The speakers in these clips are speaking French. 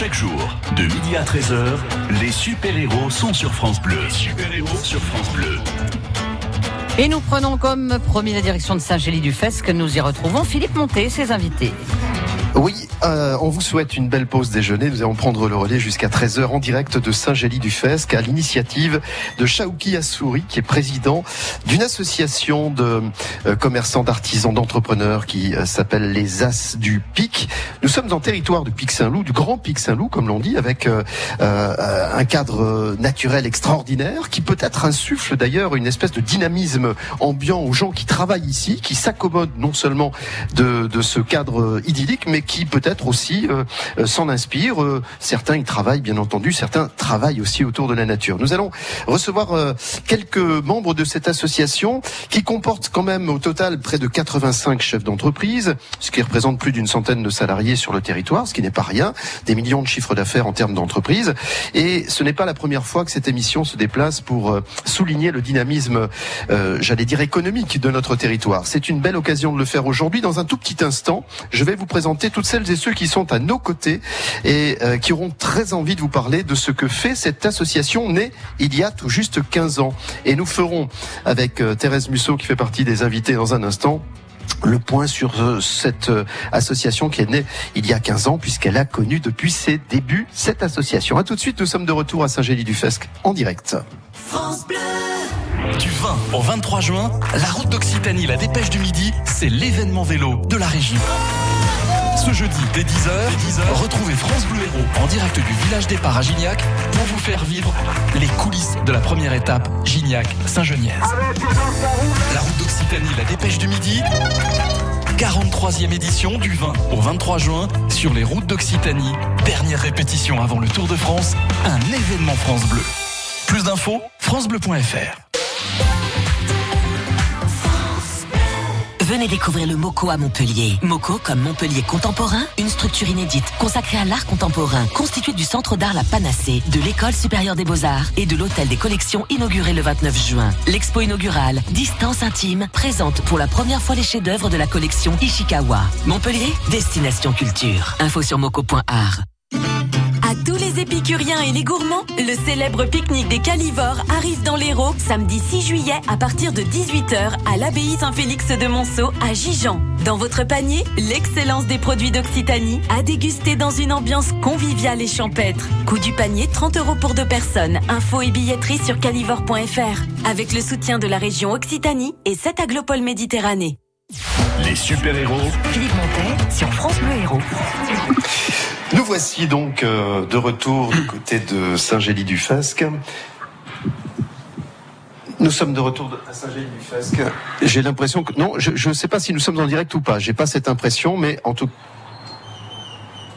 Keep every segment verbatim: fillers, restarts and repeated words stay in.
Chaque jour, de midi à treize heures, les super-héros sont sur France Bleu. Les super-héros sur France Bleu. Et nous prenons comme promis la direction de Saint-Gély-du-Fesque. Nous y retrouvons Philippe Montet et ses invités. Oui, euh, on vous souhaite une belle pause déjeuner. Nous allons prendre le relais jusqu'à treize heures en direct de Saint-Gély-du-Fesque à l'initiative de Chaouki Assouri, qui est président d'une association de euh, commerçants, d'artisans, d'entrepreneurs qui euh, s'appelle les As du Pic. Nous sommes en territoire du Pic Saint-Loup, du Grand Pic Saint-Loup, comme l'on dit, avec euh, euh, un cadre naturel extraordinaire qui peut-être insuffle d'ailleurs une espèce de dynamisme ambiant aux gens qui travaillent ici, qui s'accommodent non seulement de, de ce cadre idyllique, mais qui peut-être aussi euh, s'en inspire. Euh, certains y travaillent, bien entendu, certains travaillent aussi autour de la nature. Nous allons recevoir euh, quelques membres de cette association qui comporte quand même au total près de quatre-vingt-cinq chefs d'entreprise, ce qui représente plus d'une centaine de salariés sur le territoire, ce qui n'est pas rien, des millions de chiffres d'affaires en termes d'entreprise. Et ce n'est pas la première fois que cette émission se déplace pour euh, souligner le dynamisme, euh, j'allais dire économique, de notre territoire. C'est une belle occasion de le faire aujourd'hui. Dans un tout petit instant, je vais vous présenter toutes celles et ceux qui sont à nos côtés et euh, qui auront très envie de vous parler de ce que fait cette association née il y a tout juste quinze ans. Et nous ferons avec euh, Thérèse Musso, qui fait partie des invités dans un instant, le point sur euh, cette euh, association qui est née il y a quinze ans, puisqu'elle a connu depuis ses débuts cette association. A tout de suite, nous sommes de retour à Saint-Gély-du-Fesque en direct. France Bleu. Du vingt au vingt-trois juin, la route d'Occitanie, la Dépêche du Midi, c'est l'événement vélo de la région. Ce jeudi, dès dix heures, retrouvez France Bleu Héros en direct du village départ à Gignac pour vous faire vivre les coulisses de la première étape Gignac-Saint-Genièse. La route d'Occitanie, la Dépêche du Midi, quarante-troisième édition du vingt au vingt-trois juin sur les routes d'Occitanie. Dernière répétition avant le Tour de France, un événement France Bleu. Plus d'infos, francebleu point f r. Venez découvrir le MOCO à Montpellier. MOCO comme Montpellier Contemporain, une structure inédite consacrée à l'art contemporain, constituée du Centre d'Art La Panacée, de l'École Supérieure des Beaux-Arts et de l'Hôtel des Collections inauguré le vingt-neuf juin. L'expo inaugurale, Distance Intime, présente pour la première fois les chefs-d'œuvre de la collection Ishikawa. Montpellier, destination culture. Info sur moco point art. À tous les épicuriens et les gourmands, le célèbre pique-nique des Calivores arrive dans l'Hérault samedi six juillet à partir de dix-huit heures à l'abbaye Saint-Félix de Monceau à Gijan. Dans votre panier, l'excellence des produits d'Occitanie à déguster dans une ambiance conviviale et champêtre. Coût du panier trente euros pour deux personnes. Info et billetterie sur calivore point f r. Avec le soutien de la région Occitanie et sept aglopoles Méditerranée. Les super-héros. Philippe Montet sur France Bleu Héros. Nous voici donc euh, de retour du côté de Saint-Gély-du-Fesque. Nous sommes de retour à Saint-Gély-du-Fesque. J'ai l'impression que... Non, je ne sais pas si nous sommes en direct ou pas. J'ai pas cette impression, mais en tout... Allô ?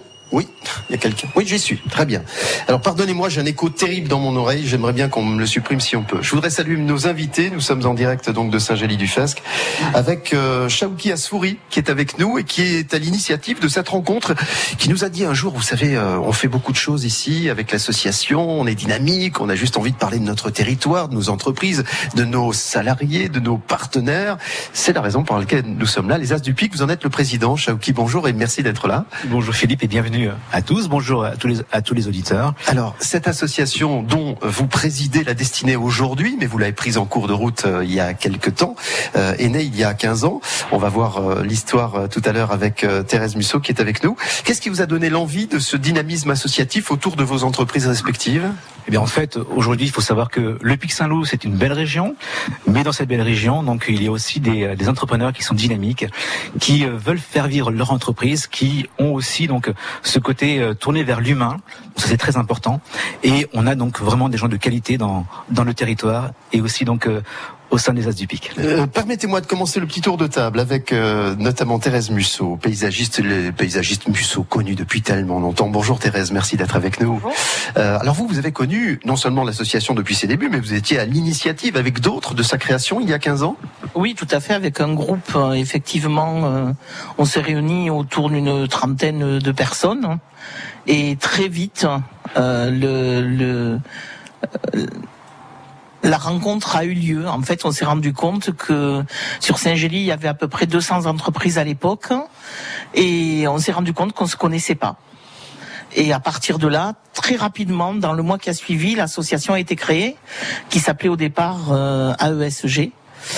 Oui, il y a quelqu'un. Oui, j'y suis. Très bien. Alors, pardonnez-moi, j'ai un écho terrible dans mon oreille. J'aimerais bien qu'on me le supprime si on peut. Je voudrais saluer nos invités. Nous sommes en direct donc de Saint-Gély-du-Fesque avec euh, Chaouki Assouri qui est avec nous et qui est à l'initiative de cette rencontre, qui nous a dit un jour, vous savez, euh, on fait beaucoup de choses ici avec l'association, on est dynamique, on a juste envie de parler de notre territoire, de nos entreprises, de nos salariés, de nos partenaires. C'est la raison pour laquelle nous sommes là. Les As du Pic, vous en êtes le président. Chaouki, bonjour et merci d'être là. Bonjour Philippe et bienvenue à tous, bonjour à tous les, à tous les auditeurs. Alors, cette association dont vous présidez la destinée aujourd'hui, mais vous l'avez prise en cours de route euh, il y a quelques temps, euh, est née il y a quinze ans. On va voir euh, l'histoire euh, tout à l'heure avec euh, Thérèse Musso qui est avec nous. Qu'est-ce qui vous a donné l'envie de ce dynamisme associatif autour de vos entreprises respectives ? Eh bien, en fait, aujourd'hui, il faut savoir que le Pic Saint-Loup, c'est une belle région, mais dans cette belle région, donc, il y a aussi des, des entrepreneurs qui sont dynamiques, qui euh, veulent faire vivre leur entreprise, qui ont aussi, donc, ce côté euh, tourné vers l'humain. Ça, c'est très important. Et on a donc vraiment des gens de qualité dans, dans le territoire et aussi, donc, euh, au sein des As du Pic. Euh, permettez-moi de commencer le petit tour de table avec euh, notamment Thérèse Musso, paysagiste, le paysagiste Musso connu depuis tellement longtemps. Bonjour Thérèse, merci d'être avec nous. Euh, alors vous, vous avez connu non seulement l'association depuis ses débuts, mais vous étiez à l'initiative avec d'autres de sa création il y a quinze ans ? Oui, tout à fait, avec un groupe, euh, effectivement, euh, on s'est réunis autour d'une trentaine de personnes et très vite, euh, le... le euh, la rencontre a eu lieu. En fait, on s'est rendu compte que sur Saint-Gély, il y avait à peu près deux cents entreprises à l'époque et on s'est rendu compte qu'on se connaissait pas. Et à partir de là, très rapidement, dans le mois qui a suivi, l'association a été créée, qui s'appelait au départ euh, A E S G.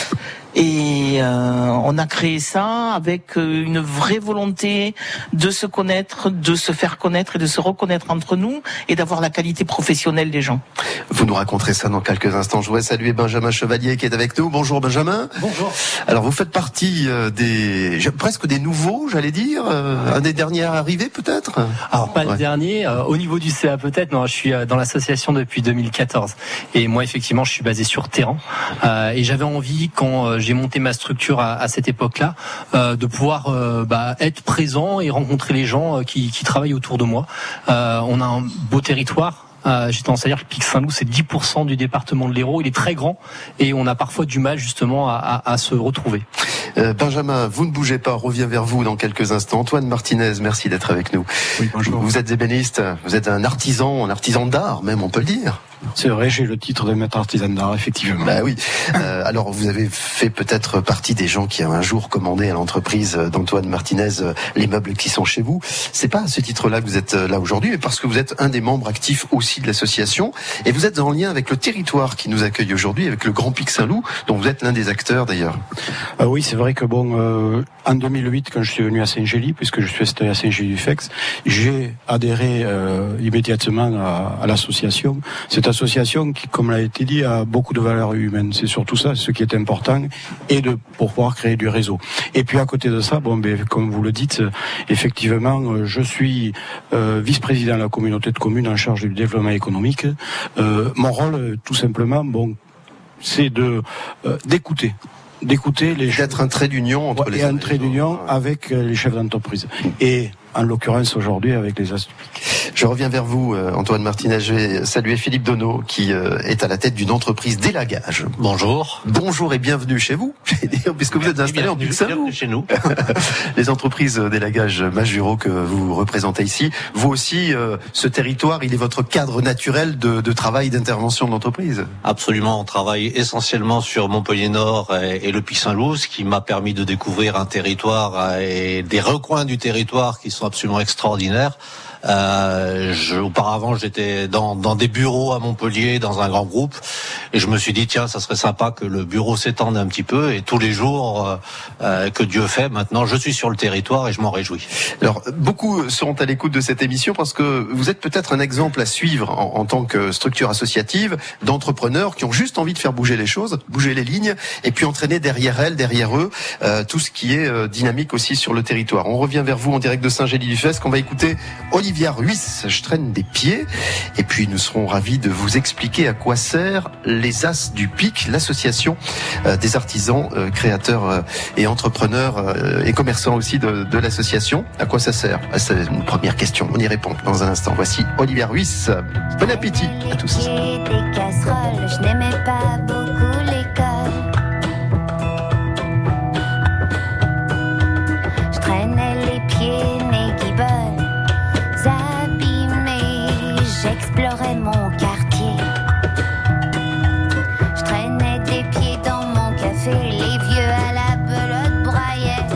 Et euh, on a créé ça avec une vraie volonté de se connaître, de se faire connaître et de se reconnaître entre nous et d'avoir la qualité professionnelle des gens. Vous nous raconterez ça dans quelques instants. Je voudrais saluer Benjamin Chevalier qui est avec nous. Bonjour Benjamin. Bonjour. Alors vous faites partie des presque des nouveaux, j'allais dire, un des derniers arrivés peut-être. Alors pas ouais. le dernier. Euh, au niveau du C A peut-être. Non, je suis dans l'association depuis deux mille quatorze. Et moi effectivement, je suis basé sur Téhéran. Euh, et j'avais envie quand euh, j'ai monté ma structure à, à cette époque-là, euh, de pouvoir euh, bah, être présent et rencontrer les gens euh, qui, qui travaillent autour de moi. Euh, on a un beau territoire. Euh, j'ai tendance à dire que le Pic Saint-Loup, c'est dix pour cent du département de l'Hérault. Il est très grand et on a parfois du mal justement à, à, à se retrouver. Euh, Benjamin, vous ne bougez pas, on revient vers vous dans quelques instants. Antoine Martinez, merci d'être avec nous. Oui, bonjour. Vous êtes ébéniste, vous êtes un artisan, un artisan d'art même, on peut le dire. C'est vrai, j'ai le titre de maître artisan d'art, effectivement. Bah oui. Euh, alors, vous avez fait peut-être partie des gens qui ont un jour commandé à l'entreprise d'Antoine Martinez euh, les meubles qui sont chez vous. C'est pas à ce titre-là que vous êtes là aujourd'hui, mais parce que vous êtes un des membres actifs aussi de l'association et vous êtes en lien avec le territoire qui nous accueille aujourd'hui, avec le Grand Pic Saint-Loup, dont vous êtes l'un des acteurs d'ailleurs. Euh, oui, c'est vrai que bon, euh, en deux mille huit, quand je suis venu à Saint-Gély, puisque je suis installé à Saint-Gély-du-Fex, j'ai adhéré euh, immédiatement à, à l'association. Cette association qui, comme l'a été dit, a beaucoup de valeurs humaines. C'est surtout ça, ce qui est important, et de pour pouvoir créer du réseau. Et puis à côté de ça, bon, ben, comme vous le dites, effectivement, je suis euh, vice-président de la communauté de communes en charge du développement économique. Euh, mon rôle, tout simplement, bon, c'est de euh, d'écouter. d'écouter les d'être un trait d'union entre ouais, les et un trait d'union avec les chefs d'entreprise et en l'occurrence aujourd'hui avec les As. Je reviens vers vous, Antoine Martinez. Je vais saluer Philippe Donneau qui est à la tête d'une entreprise d'élagage. Bonjour. Bonjour et bienvenue chez vous, puisque vous êtes installé en Pic Saint-Loup. Chez nous. Les entreprises d'élagage Majuro que vous représentez ici, vous aussi, euh, ce territoire, il est votre cadre naturel de, de travail, d'intervention de l'entreprise. Absolument, on travaille essentiellement sur Montpellier Nord et, et le Pic Saint-Loup, ce qui m'a permis de découvrir un territoire et des recoins du territoire qui sont absolument extraordinaires. Euh, je, auparavant, j'étais dans, dans des bureaux à Montpellier, dans un grand groupe, et je me suis dit tiens, ça serait sympa que le bureau s'étende un petit peu. Et tous les jours euh, euh, que Dieu fait, maintenant, je suis sur le territoire et je m'en réjouis. Alors, beaucoup seront à l'écoute de cette émission parce que vous êtes peut-être un exemple à suivre en, en tant que structure associative d'entrepreneurs qui ont juste envie de faire bouger les choses, bouger les lignes, et puis entraîner derrière elles, derrière eux, euh, tout ce qui est euh, dynamique aussi sur le territoire. On revient vers vous en direct de Saint-Gély-du-Fesque. On va écouter Olivier Ruiz, je traîne des pieds, et puis nous serons ravis de vous expliquer à quoi sert les As du Pic, l'association euh, des artisans, euh, créateurs euh, et entrepreneurs euh, et commerçants aussi de, de l'association. À quoi ça sert? C'est une première question, on y répond dans un instant. Voici Olivier Ruiz, bon appétit à tous. Des casseroles, je n'aimais pas beaucoup l'école. Je traînais les pieds, mes guibolles abîmés, j'explorais mon quartier. Je traînais des pieds dans mon café, les vieux à la belote braillaient.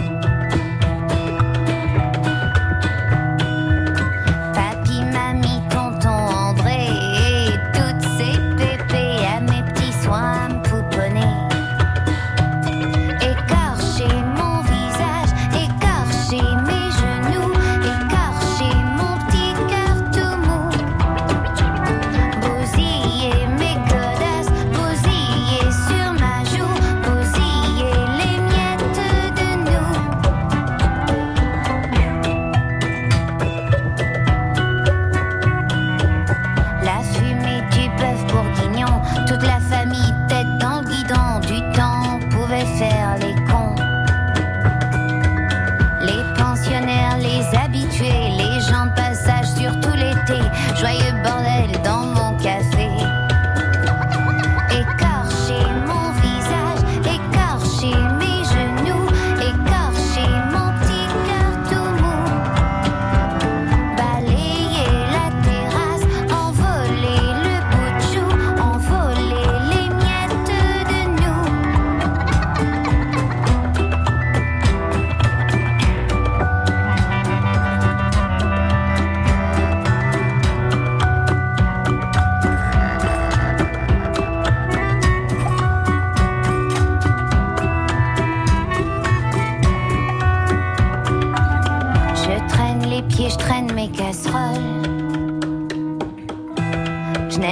Papy, mamie, tonton André et toutes ces pépées à mes petits soins me pouponnaient.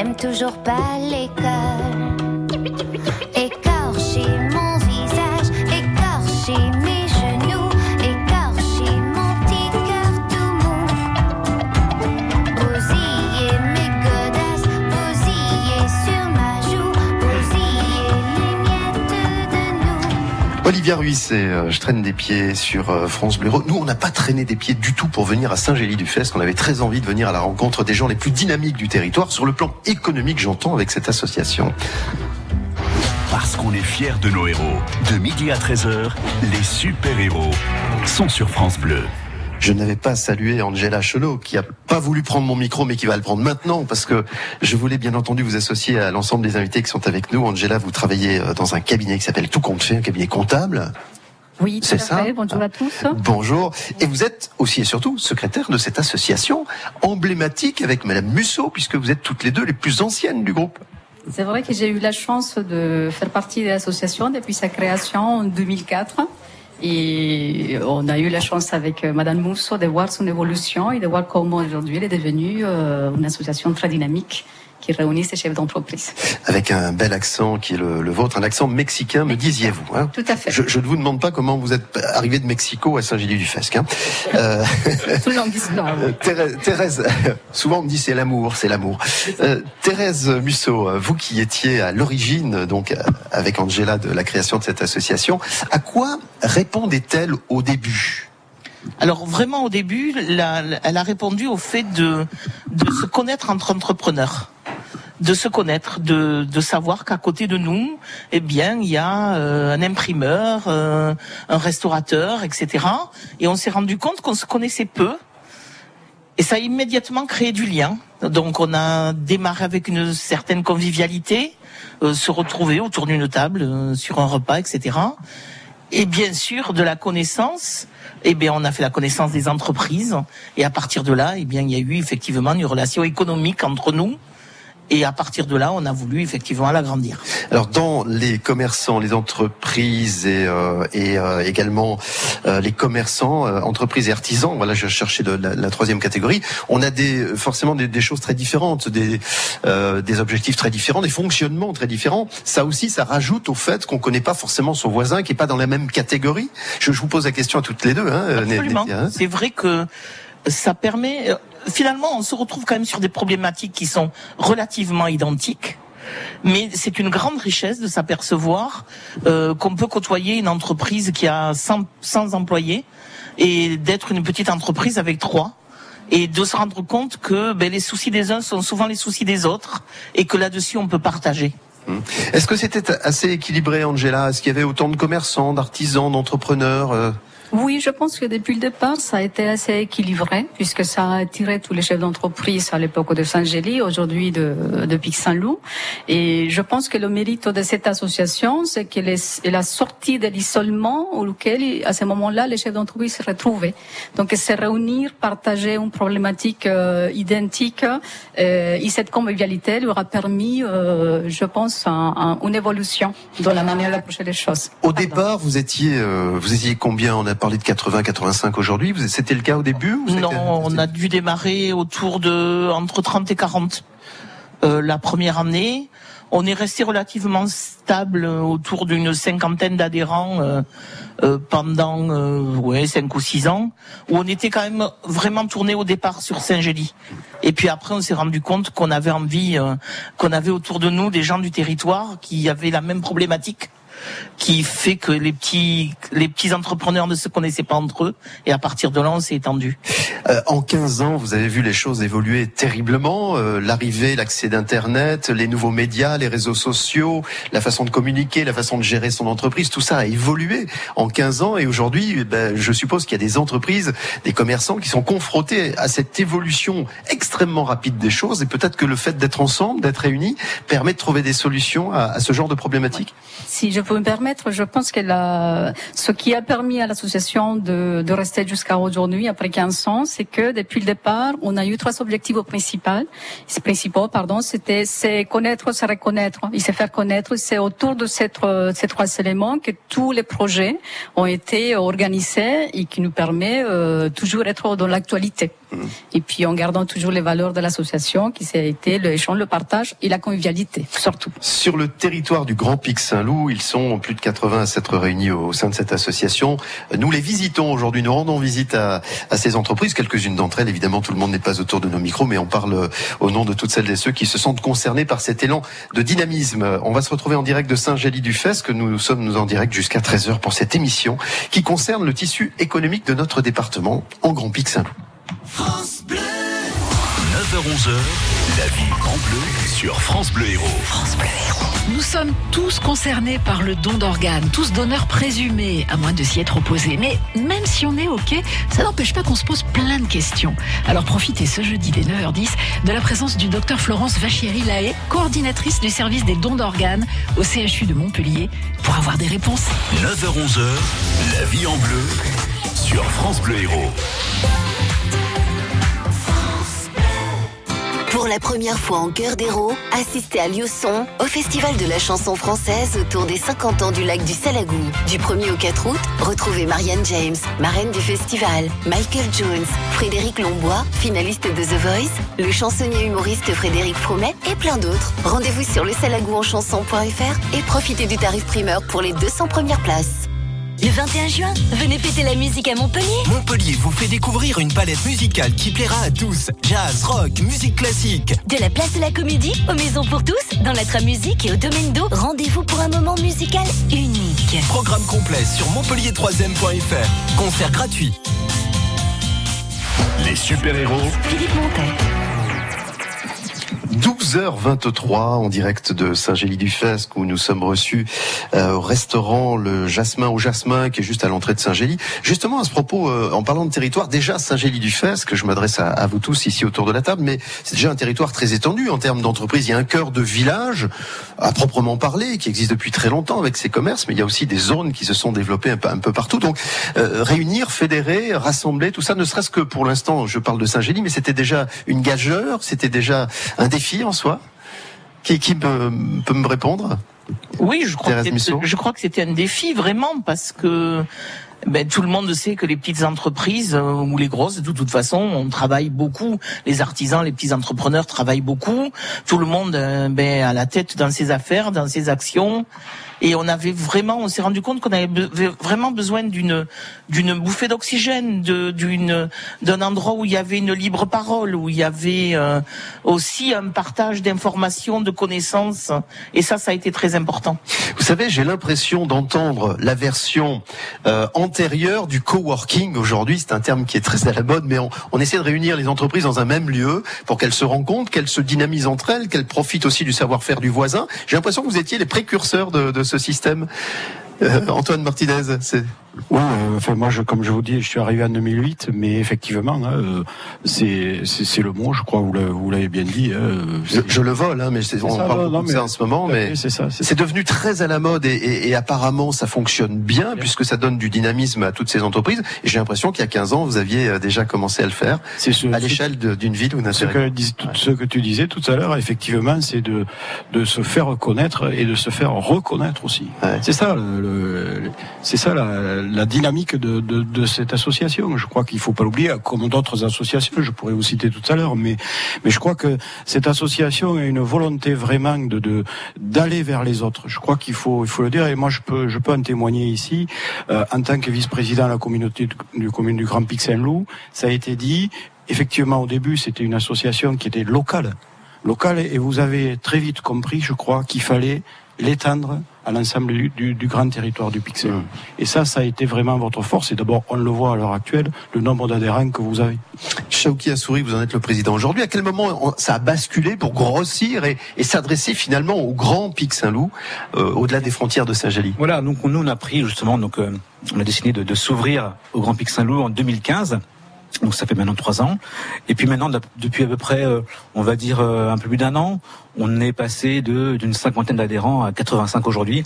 n'aime toujours pas l'école. Écorcher mon visage, écorcher mes genoux, écorcher mon petit cœur tout mou. Bousiller mes godasses, bousiller sur ma joue, bousiller les miettes de nous. Olivia Ruisset, euh, je traîne des pieds sur euh, France Bleu Héros. Nous, on n'a pas traîné des pieds du tout pour venir à Saint-Gély-du-Fesc. On avait très envie de venir à la rencontre des gens les plus dynamiques du territoire, sur le plan économique, j'entends, avec cette association. Parce qu'on est fiers de nos héros. De midi à treize heures, les super-héros sont sur France Bleu. Je n'avais pas salué Angela Chelot, qui a pas voulu prendre mon micro, mais qui va le prendre maintenant, parce que je voulais bien entendu vous associer à l'ensemble des invités qui sont avec nous. Angela, vous travaillez dans un cabinet qui s'appelle Tout Compte Fait, un cabinet comptable. Oui, tout c'est à ça. fait. Bonjour à tous. Bonjour. Et vous êtes aussi et surtout secrétaire de cette association emblématique avec Madame Musso, puisque vous êtes toutes les deux les plus anciennes du groupe. C'est vrai que j'ai eu la chance de faire partie de l'association depuis sa création en deux mille quatre. Et on a eu la chance avec Madame Musso de voir son évolution et de voir comment aujourd'hui elle est devenue une association très dynamique qui réunit ces chefs d'entreprise. Avec un bel accent qui est le, le vôtre, un accent mexicain, me disiez-vous. Hein. Tout à fait. Je, je ne vous demande pas comment vous êtes arrivé de Mexico à Saint-Gély-du-Fesc. Hein. Euh... Tout longue histoire. Oui. Thérèse, Thérèse, souvent on me dit c'est l'amour, c'est l'amour. Euh, Thérèse Musso, vous qui étiez à l'origine, donc avec Angela, de la création de cette association, à quoi répondait-elle au début ? Alors vraiment au début, la, elle a répondu au fait de, de se connaître entre entrepreneurs. De se connaître, de, de savoir qu'à côté de nous, eh bien, il y a euh, un imprimeur, euh, un restaurateur, et cetera. Et on s'est rendu compte qu'on se connaissait peu. Et ça a immédiatement créé du lien. Donc on a démarré avec une certaine convivialité, euh, se retrouver autour d'une table, euh, sur un repas, et cetera. Et bien sûr, de la connaissance, eh bien, on a fait la connaissance des entreprises. Et à partir de là, eh bien, il y a eu effectivement une relation économique entre nous. Et à partir de là, on a voulu effectivement l'agrandir. Alors, dans les commerçants, les entreprises et, euh, et euh, également euh, les commerçants, euh, entreprises et artisans, voilà, je cherchais de, la, la troisième catégorie, on a des, forcément des, des choses très différentes, des, euh, des objectifs très différents, des fonctionnements très différents. Ça aussi, ça rajoute au fait qu'on connaît pas forcément son voisin, qui est pas dans la même catégorie. Je, je vous pose la question à toutes les deux. Hein, Absolument. Né, né, hein. C'est vrai que ça permet... Finalement, on se retrouve quand même sur des problématiques qui sont relativement identiques, mais c'est une grande richesse de s'apercevoir euh, qu'on peut côtoyer une entreprise qui a cent, cent employés et d'être une petite entreprise avec trois, et de se rendre compte que ben, les soucis des uns sont souvent les soucis des autres, et que là-dessus on peut partager. Est-ce que c'était assez équilibré, Angela ? Est-ce qu'il y avait autant de commerçants, d'artisans, d'entrepreneurs euh... Oui, je pense que depuis le départ, ça a été assez équilibré, puisque ça a attiré tous les chefs d'entreprise à l'époque de Saint-Gély, aujourd'hui de, de Pic-Saint-Loup. Et je pense que le mérite de cette association, c'est qu'elle est, elle a sorti de l'isolement auquel, à ce moment-là, les chefs d'entreprise se retrouvaient. Donc, se réunir, partager une problématique euh, identique, euh, et cette convivialité leur a permis, euh, je pense, un, un, une évolution dans la manière d'approcher les choses. Au Pardon. départ, vous étiez, euh, vous étiez combien ? On a parlé de quatre-vingts, quatre-vingt-cinq aujourd'hui. C'était le cas au début ou Non, on a dû démarrer autour de entre trente et quarante. Euh, la première année, on est resté relativement stable autour d'une cinquantaine d'adhérents euh, euh, pendant euh, ouais, cinq ou six ans, où on était quand même vraiment tourné au départ sur Saint-Gély. Et puis après, on s'est rendu compte qu'on avait envie, euh, qu'on avait autour de nous des gens du territoire qui avaient la même problématique, qui fait que les petits les petits entrepreneurs ne se connaissaient pas entre eux, et à partir de là on s'est étendu. Euh, en quinze ans, vous avez vu les choses évoluer terriblement, euh, l'arrivée, l'accès d'internet, les nouveaux médias, les réseaux sociaux, la façon de communiquer, la façon de gérer son entreprise, tout ça a évolué en quinze ans, et aujourd'hui, ben, je suppose qu'il y a des entreprises, des commerçants qui sont confrontés à cette évolution extrêmement rapide des choses, et peut-être que le fait d'être ensemble, d'être réunis, permet de trouver des solutions à, à ce genre de problématiques. Si je peux peux me permettre, je pense que la, ce qui a permis à l'association de, de rester jusqu'à aujourd'hui, après quinze ans, c'est que depuis le départ, on a eu trois objectifs principaux. Principaux, pardon, c'était c'est connaître, se reconnaître, et se faire connaître. C'est autour de ces trois, ces trois éléments que tous les projets ont été organisés et qui nous permet euh, toujours d'être dans l'actualité. Mmh. Et puis en gardant toujours les valeurs de l'association, qui a été l'échange, le partage et la convivialité, surtout. Sur le territoire du Grand Pic Saint-Loup, ils sont plus de quatre-vingts à s'être réunis au sein de cette association. Nous les visitons aujourd'hui, nous rendons visite à, à ces entreprises, quelques-unes d'entre elles, évidemment tout le monde n'est pas autour de nos micros, mais on parle au nom de toutes celles et ceux qui se sentent concernés par cet élan de dynamisme. On va se retrouver en direct de Saint-Gély-du-Fesque, nous sommes nous en direct jusqu'à treize heures pour cette émission qui concerne le tissu économique de notre département en Grand Pic Saint-Loup. France Bleu. neuf heures onze heures, la vie en bleu sur France Bleu Héros. France Bleu Héros. Nous sommes tous concernés par le don d'organes, tous donneurs présumés, à moins de s'y être opposés. Mais même si on est OK, ça n'empêche pas qu'on se pose plein de questions. Alors profitez ce jeudi dès neuf heures dix de la présence du docteur Florence Vachieri-Lahaye, coordinatrice du service des dons d'organes au C H U de Montpellier, pour avoir des réponses. neuf heures onze heures, la vie en bleu sur France Bleu Héros. Pour la première fois en cœur d'Hérault, assistez à Lieuson au Festival de la chanson française autour des cinquante ans du lac du Salagou. Du premier au quatre août, retrouvez Marianne James, marraine du festival, Michael Jones, Frédéric Lombois, finaliste de The Voice, le chansonnier humoriste Frédéric Fromet et plein d'autres. Rendez-vous sur le salagou en chanson point f r et profitez du tarif primeur pour les deux cents premières places. Le vingt et un juin, venez fêter la musique à Montpellier. Montpellier vous fait découvrir une palette musicale qui plaira à tous. Jazz, rock, musique classique. De la place de la Comédie aux Maisons pour tous, dans l'Atra Musique et au Domaine d'eau, rendez-vous pour un moment musical unique. Programme complet sur montpellier troisième point f r. Concert gratuit. Les super-héros. Philippe Montet. douze heures vingt-trois en direct de Saint-Gély-du-Fesque où nous sommes reçus euh, au restaurant Le Jasmin au Jasmin qui est juste à l'entrée de Saint-Gély. Justement à ce propos, euh, en parlant de territoire, déjà Saint-Gély-du-Fesque, je m'adresse à, à vous tous ici autour de la table, mais c'est déjà un territoire très étendu en termes d'entreprise. Il y a un cœur de village à proprement parler qui existe depuis très longtemps avec ses commerces, mais il y a aussi des zones qui se sont développées un peu, un peu partout. Donc euh, réunir, fédérer, rassembler, tout ça, ne serait-ce que pour l'instant, je parle de Saint-Gély, mais c'était déjà une gageure, c'était déjà un défi en soi. Qui, qui peut, peut me répondre? Oui, je crois, que je crois que c'était un défi vraiment parce que ben, tout le monde sait que les petites entreprises euh, ou les grosses, de toute façon, on travaille beaucoup. Les artisans, les petits entrepreneurs travaillent beaucoup. Tout le monde euh, ben, a la tête dans ses affaires, dans ses actions. Et on avait vraiment, on s'est rendu compte qu'on avait be- vraiment besoin d'une d'une bouffée d'oxygène, de, d'une d'un endroit où il y avait une libre parole, où il y avait euh, aussi un partage d'informations, de connaissances. Et ça, ça a été très important. Vous savez, j'ai l'impression d'entendre la version euh, antérieure du coworking aujourd'hui. C'est un terme qui est très à la mode, mais on, on essaie de réunir les entreprises dans un même lieu pour qu'elles se rencontrent, qu'elles se dynamisent entre elles, qu'elles profitent aussi du savoir-faire du voisin. J'ai l'impression que vous étiez les précurseurs de, de ce système. Euh, Antoine Martinez, c'est... Oui, euh, enfin moi, je, comme je vous dis, je suis arrivé en deux mille huit, mais effectivement, hein, euh, c'est, c'est c'est le mot, je crois, vous l'avez, vous l'avez bien dit. Hein, je, je le vole, hein, mais c'est, on ça, parle non, beaucoup de ça en ce moment, mais c'est, ça, c'est, c'est devenu très à la mode et, et, et apparemment ça fonctionne bien, bien puisque ça donne du dynamisme à toutes ces entreprises. Et j'ai l'impression qu'il y a quinze ans, vous aviez déjà commencé à le faire c'est ce, à l'échelle de, d'une ville ou d'un ce que, tout, ce que tu disais tout à l'heure, effectivement, c'est de de se faire reconnaître et de se faire reconnaître aussi. Ouais. C'est ça, le, le, c'est ça la la dynamique de, de, de cette association. Je crois qu'il faut pas l'oublier, comme d'autres associations, je pourrais vous citer tout à l'heure, mais, mais je crois que cette association a une volonté vraiment de, de, d'aller vers les autres. Je crois qu'il faut, il faut le dire, et moi je peux, je peux en témoigner ici, euh, en tant que vice-président de la communauté de, du commune du Grand Pic Saint-Loup, ça a été dit, effectivement au début c'était une association qui était locale, locale, et vous avez très vite compris, je crois, qu'il fallait l'étendre à l'ensemble du, du, du grand territoire du Pic Saint-Loup. Mmh. Et ça, ça a été vraiment votre force. Et d'abord, on le voit à l'heure actuelle, le nombre d'adhérents que vous avez. Chaouki Assouri, vous en êtes le président aujourd'hui. À quel moment on, ça a basculé pour grossir et, et s'adresser finalement au grand Pic Saint-Loup, euh, au-delà des frontières de Saint-Gély? Voilà, donc nous on a pris justement, donc euh, on a décidé de, de s'ouvrir au grand Pic Saint-Loup en deux mille quinze. Donc ça fait maintenant trois ans. Et puis maintenant, depuis à peu près, euh, on va dire euh, un peu plus d'un an, on est passé de d'une cinquantaine d'adhérents à quatre-vingt-cinq aujourd'hui.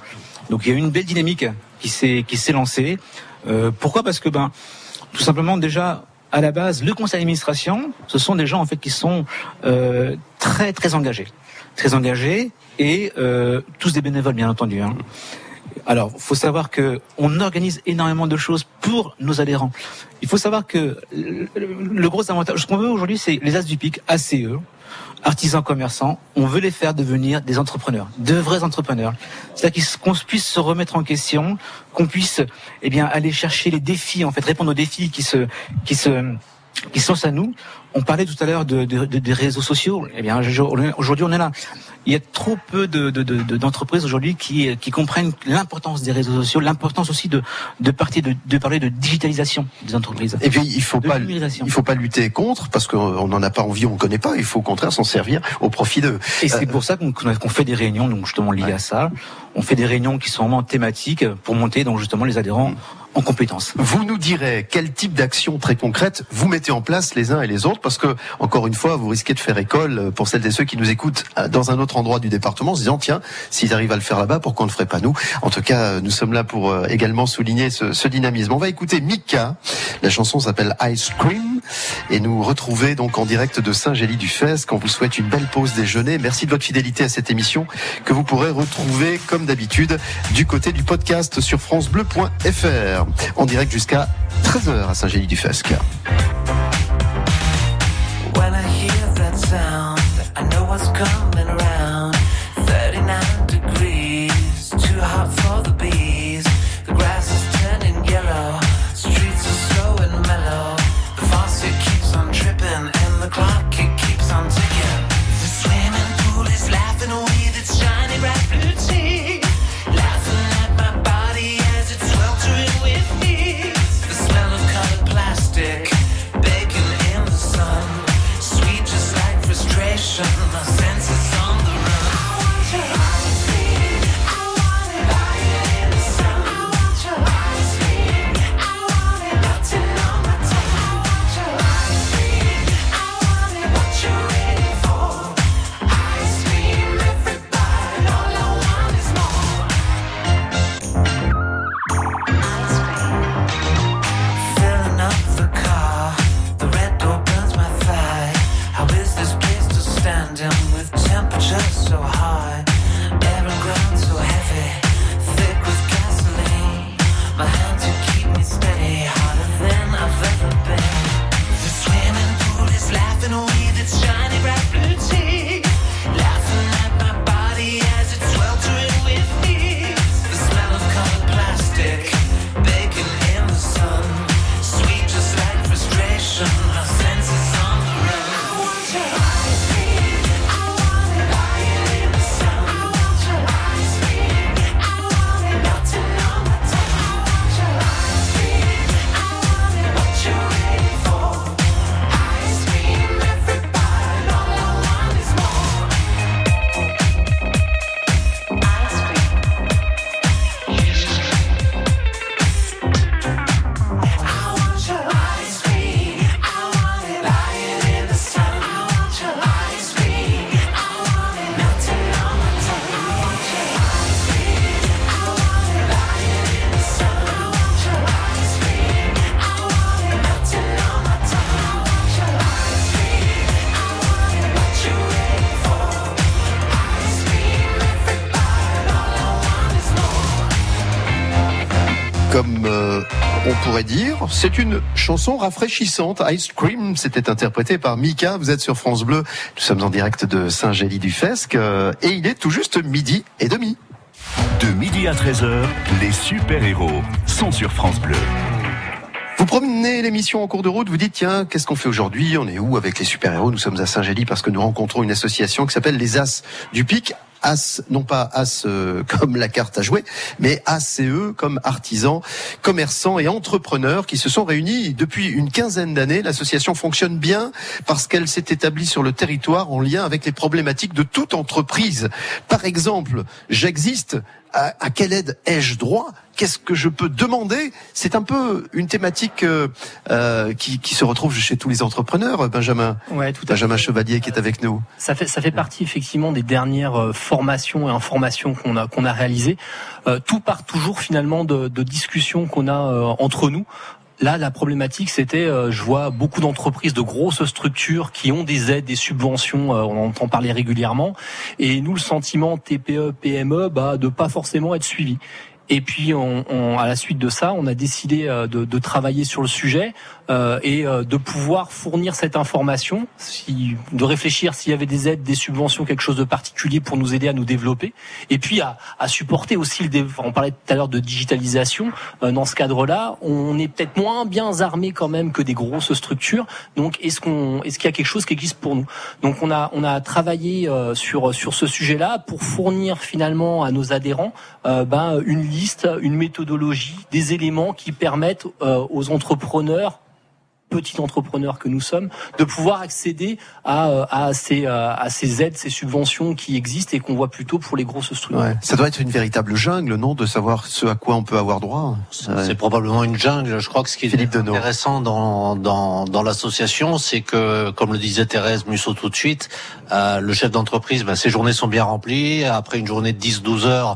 Donc il y a une belle dynamique qui s'est qui s'est lancée. Euh, pourquoi ? Parce que ben tout simplement déjà à la base le conseil d'administration, ce sont des gens en fait qui sont euh, très très engagés, très engagés et euh, tous des bénévoles bien entendu. Hein. Alors, faut savoir que on organise énormément de choses pour nos adhérents. Il faut savoir que le, le gros avantage, ce qu'on veut aujourd'hui, c'est les As du Pic, A C E, artisans commerçants. On veut les faire devenir des entrepreneurs, de vrais entrepreneurs. C'est-à-dire qu'on puisse se remettre en question, qu'on puisse, eh bien, aller chercher les défis, en fait, répondre aux défis qui se, qui se, qui sont à nous. On parlait tout à l'heure de, de, de, des réseaux sociaux. Eh bien, aujourd'hui, on est là. Il y a trop peu de, de, de, d'entreprises aujourd'hui qui, qui comprennent l'importance des réseaux sociaux, l'importance aussi de, de, partir de, de parler de digitalisation des entreprises. Et puis, il faut pas, il faut pas lutter contre parce qu'on n'en a pas envie, on ne connaît pas. Il faut au contraire s'en servir au profit d'eux. Et c'est pour ça qu'on, qu'on fait des réunions, donc justement liées ouais. à ça. On fait des réunions qui sont vraiment thématiques pour monter, donc justement, les adhérents en compétences. Vous nous direz quel type d'action très concrète vous mettez en place les uns et les autres, parce que encore une fois, vous risquez de faire école pour celles et ceux qui nous écoutent dans un autre endroit du département, en se disant tiens, s'ils arrivent à le faire là-bas, pourquoi on ne le ferait pas nous ? En tout cas, nous sommes là pour également souligner ce, ce dynamisme. On va écouter Mika. La chanson s'appelle Ice Cream et nous retrouver donc en direct de Saint-Gély-du-Fesque. On vous souhaite une belle pause déjeuner. Merci de votre fidélité à cette émission que vous pourrez retrouver comme d'habitude du côté du podcast sur francebleu point f r. En direct jusqu'à treize heures à Saint-Gély-du-Fesque. When I hear that sound, I know what's coming around. thirty-nine degrees, too hot for the bees. The grass is turning yellow, streets are slow and mellow. The faucet keeps on tripping and the clock it keeps on ticking. The swimming pool is laughing with its shiny bright blue teeth, laughing at my body as it's sweltering with heat. The smell of colored plastic baking in the sun, sweet just like frustration, my senses on the run. I want your ice cream, I want it, buy it in the sun. I want your ice cream, I want it, melting on my tongue. I want your ice cream, I want it, what you ready for? Ice cream, everybody, all I want is more. Ice cream, filling up the car, the red door burns my thigh. How is this place to stand in with temperatures so high? Air and ground so heavy, thick with gasoline. My hands will keep me steady, harder than I've ever been. The swimming pool is laughing with its shiny bright blue teeth, laughing at my body as it's sweltering with heat. The smell of colored plastic baking in the sun, sweet just like frustration, my senses on the run. I want your ice cream, I want it, buy it in the sun. I want your ice cream, I want it, melting on my tongue. I want your ice cream, I want it, what you ready for? Ice cream, everybody, all I want is more. Ice cream. I want your ice cream, I want it, buy it in the sun. I want your ice cream, I want it, melting on my tongue. I want your ice cream, I want it, buy it in the sun. I want your ice cream, I want it, melting on my tongue. I want your ice cream, I want it, what you ready for? Ice cream, everybody, all I want is more. Comme euh, on pourrait dire, c'est une chanson rafraîchissante. Ice Cream, c'était interprété par Mika. Vous êtes sur France Bleu. Nous sommes en direct de Saint-Gély-du-Fesque euh, et il est tout juste midi et demi. De midi à treize heures, les super-héros sont sur France Bleu. Vous promenez l'émission en cours de route, vous dites tiens, qu'est-ce qu'on fait aujourd'hui ? On est où avec les super-héros ? Nous sommes à Saint-Gély parce que nous rencontrons une association qui s'appelle les As du Pic. As, non pas As euh, comme la carte à jouer, mais A C E comme artisans, commerçants et entrepreneurs qui se sont réunis depuis une quinzaine d'années. L'association fonctionne bien parce qu'elle s'est établie sur le territoire en lien avec les problématiques de toute entreprise. Par exemple, j'existe à, à quelle aide ai-je droit? Qu'est-ce que je peux demander? C'est un peu une thématique euh, euh, qui, qui se retrouve chez tous les entrepreneurs, Benjamin. Ouais, tout à Benjamin fait. Chevalier qui est avec nous. Ça fait ça fait partie effectivement des dernières euh, formations et informations qu'on a qu'on a réalisées. Euh, tout part toujours finalement de, de discussions qu'on a euh, entre nous. Là, la problématique, c'était, euh, je vois beaucoup d'entreprises, de grosses structures qui ont des aides, des subventions, euh, on entend parler régulièrement, et nous, le sentiment T P E, P M E, bah, de pas forcément être suivi. Et puis, on, on, à la suite de ça, on a décidé de, de travailler sur le sujet euh, et de pouvoir fournir cette information, si, de réfléchir s'il y avait des aides, des subventions, quelque chose de particulier pour nous aider à nous développer, et puis à, à supporter aussi le développement. On parlait tout à l'heure de digitalisation. Euh, dans ce cadre-là, on est peut-être moins bien armé quand même que des grosses structures. Donc, est-ce qu'on, est-ce qu'il y a quelque chose qui existe pour nous? Donc, on a, on a travaillé euh, sur sur ce sujet-là pour fournir finalement à nos adhérents euh, ben une liste, une méthodologie, des éléments qui permettent euh, aux entrepreneurs, petits entrepreneurs que nous sommes, de pouvoir accéder à, à, ces, à ces aides, ces subventions qui existent et qu'on voit plutôt pour les grosses structures. Ouais. Ça doit être une véritable jungle, non, de savoir ce à quoi on peut avoir droit. C'est ouais. probablement une jungle. Je crois que ce qui est Philippe Deneau. intéressant dans, dans, dans l'association, c'est que, comme le disait Thérèse Musso tout de suite, euh, le chef d'entreprise, ben, ses journées sont bien remplies. Après une journée de dix douze heures,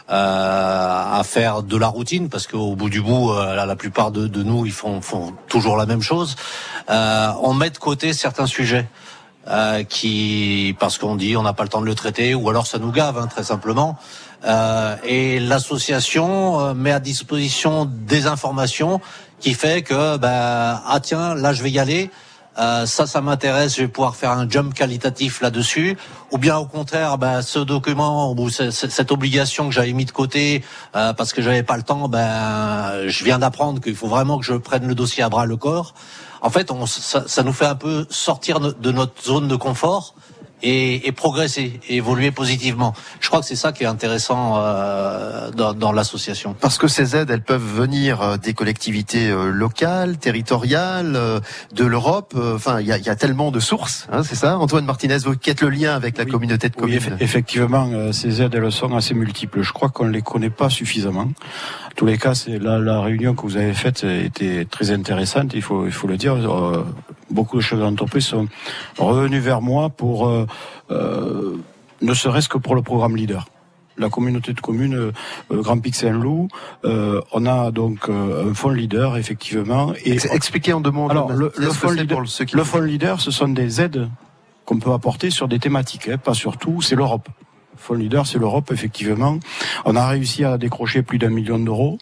Euh, à faire de la routine, parce qu'au bout du bout, euh, la, la plupart de, de nous, ils font, font toujours la même chose. Euh, on met de côté certains sujets euh, qui, parce qu'on dit on n'a pas le temps de le traiter, ou alors ça nous gave, hein, très simplement. Euh, et l'association euh, met à disposition des informations qui fait que, ben, ah tiens, là je vais y aller. Euh, ça, ça m'intéresse, je vais pouvoir faire un jump qualitatif là-dessus, ou bien au contraire, ben, ce document ou ce, cette obligation que j'avais mis de côté euh, parce que j'avais pas le temps, ben, je viens d'apprendre qu'il faut vraiment que je prenne le dossier à bras le corps. En fait, on, ça, ça nous fait un peu sortir de notre zone de confort et, et progresser, et évoluer positivement. Je crois que c'est ça qui est intéressant euh, dans, dans l'association. Parce que ces aides, elles peuvent venir des collectivités locales, territoriales, de l'Europe. Enfin, il y a, y a tellement de sources, hein, c'est ça, Antoine Martinez, vous qui êtes le lien avec la oui, communauté de communes. Oui, effectivement, euh, ces aides, elles sont assez multiples. Je crois qu'on ne les connaît pas suffisamment. En tous les cas, c'est la, la réunion que vous avez faite était très intéressante, il faut, il faut le dire. Euh, beaucoup de chefs d'entreprise sont revenus vers moi pour, euh, euh, ne serait-ce que pour le programme Leader. La communauté de communes euh, Grand Pic Saint-Loup, euh, on a donc euh, un fonds Leader, effectivement. Et expliquez en deux mots. Alors, le, le, fonds leader, le, le fonds Leader, ce sont des aides qu'on peut apporter sur des thématiques, hein, pas sur tout, c'est l'Europe. Fonds Leader, c'est l'Europe, effectivement. On a réussi à décrocher plus d'un million d'euros.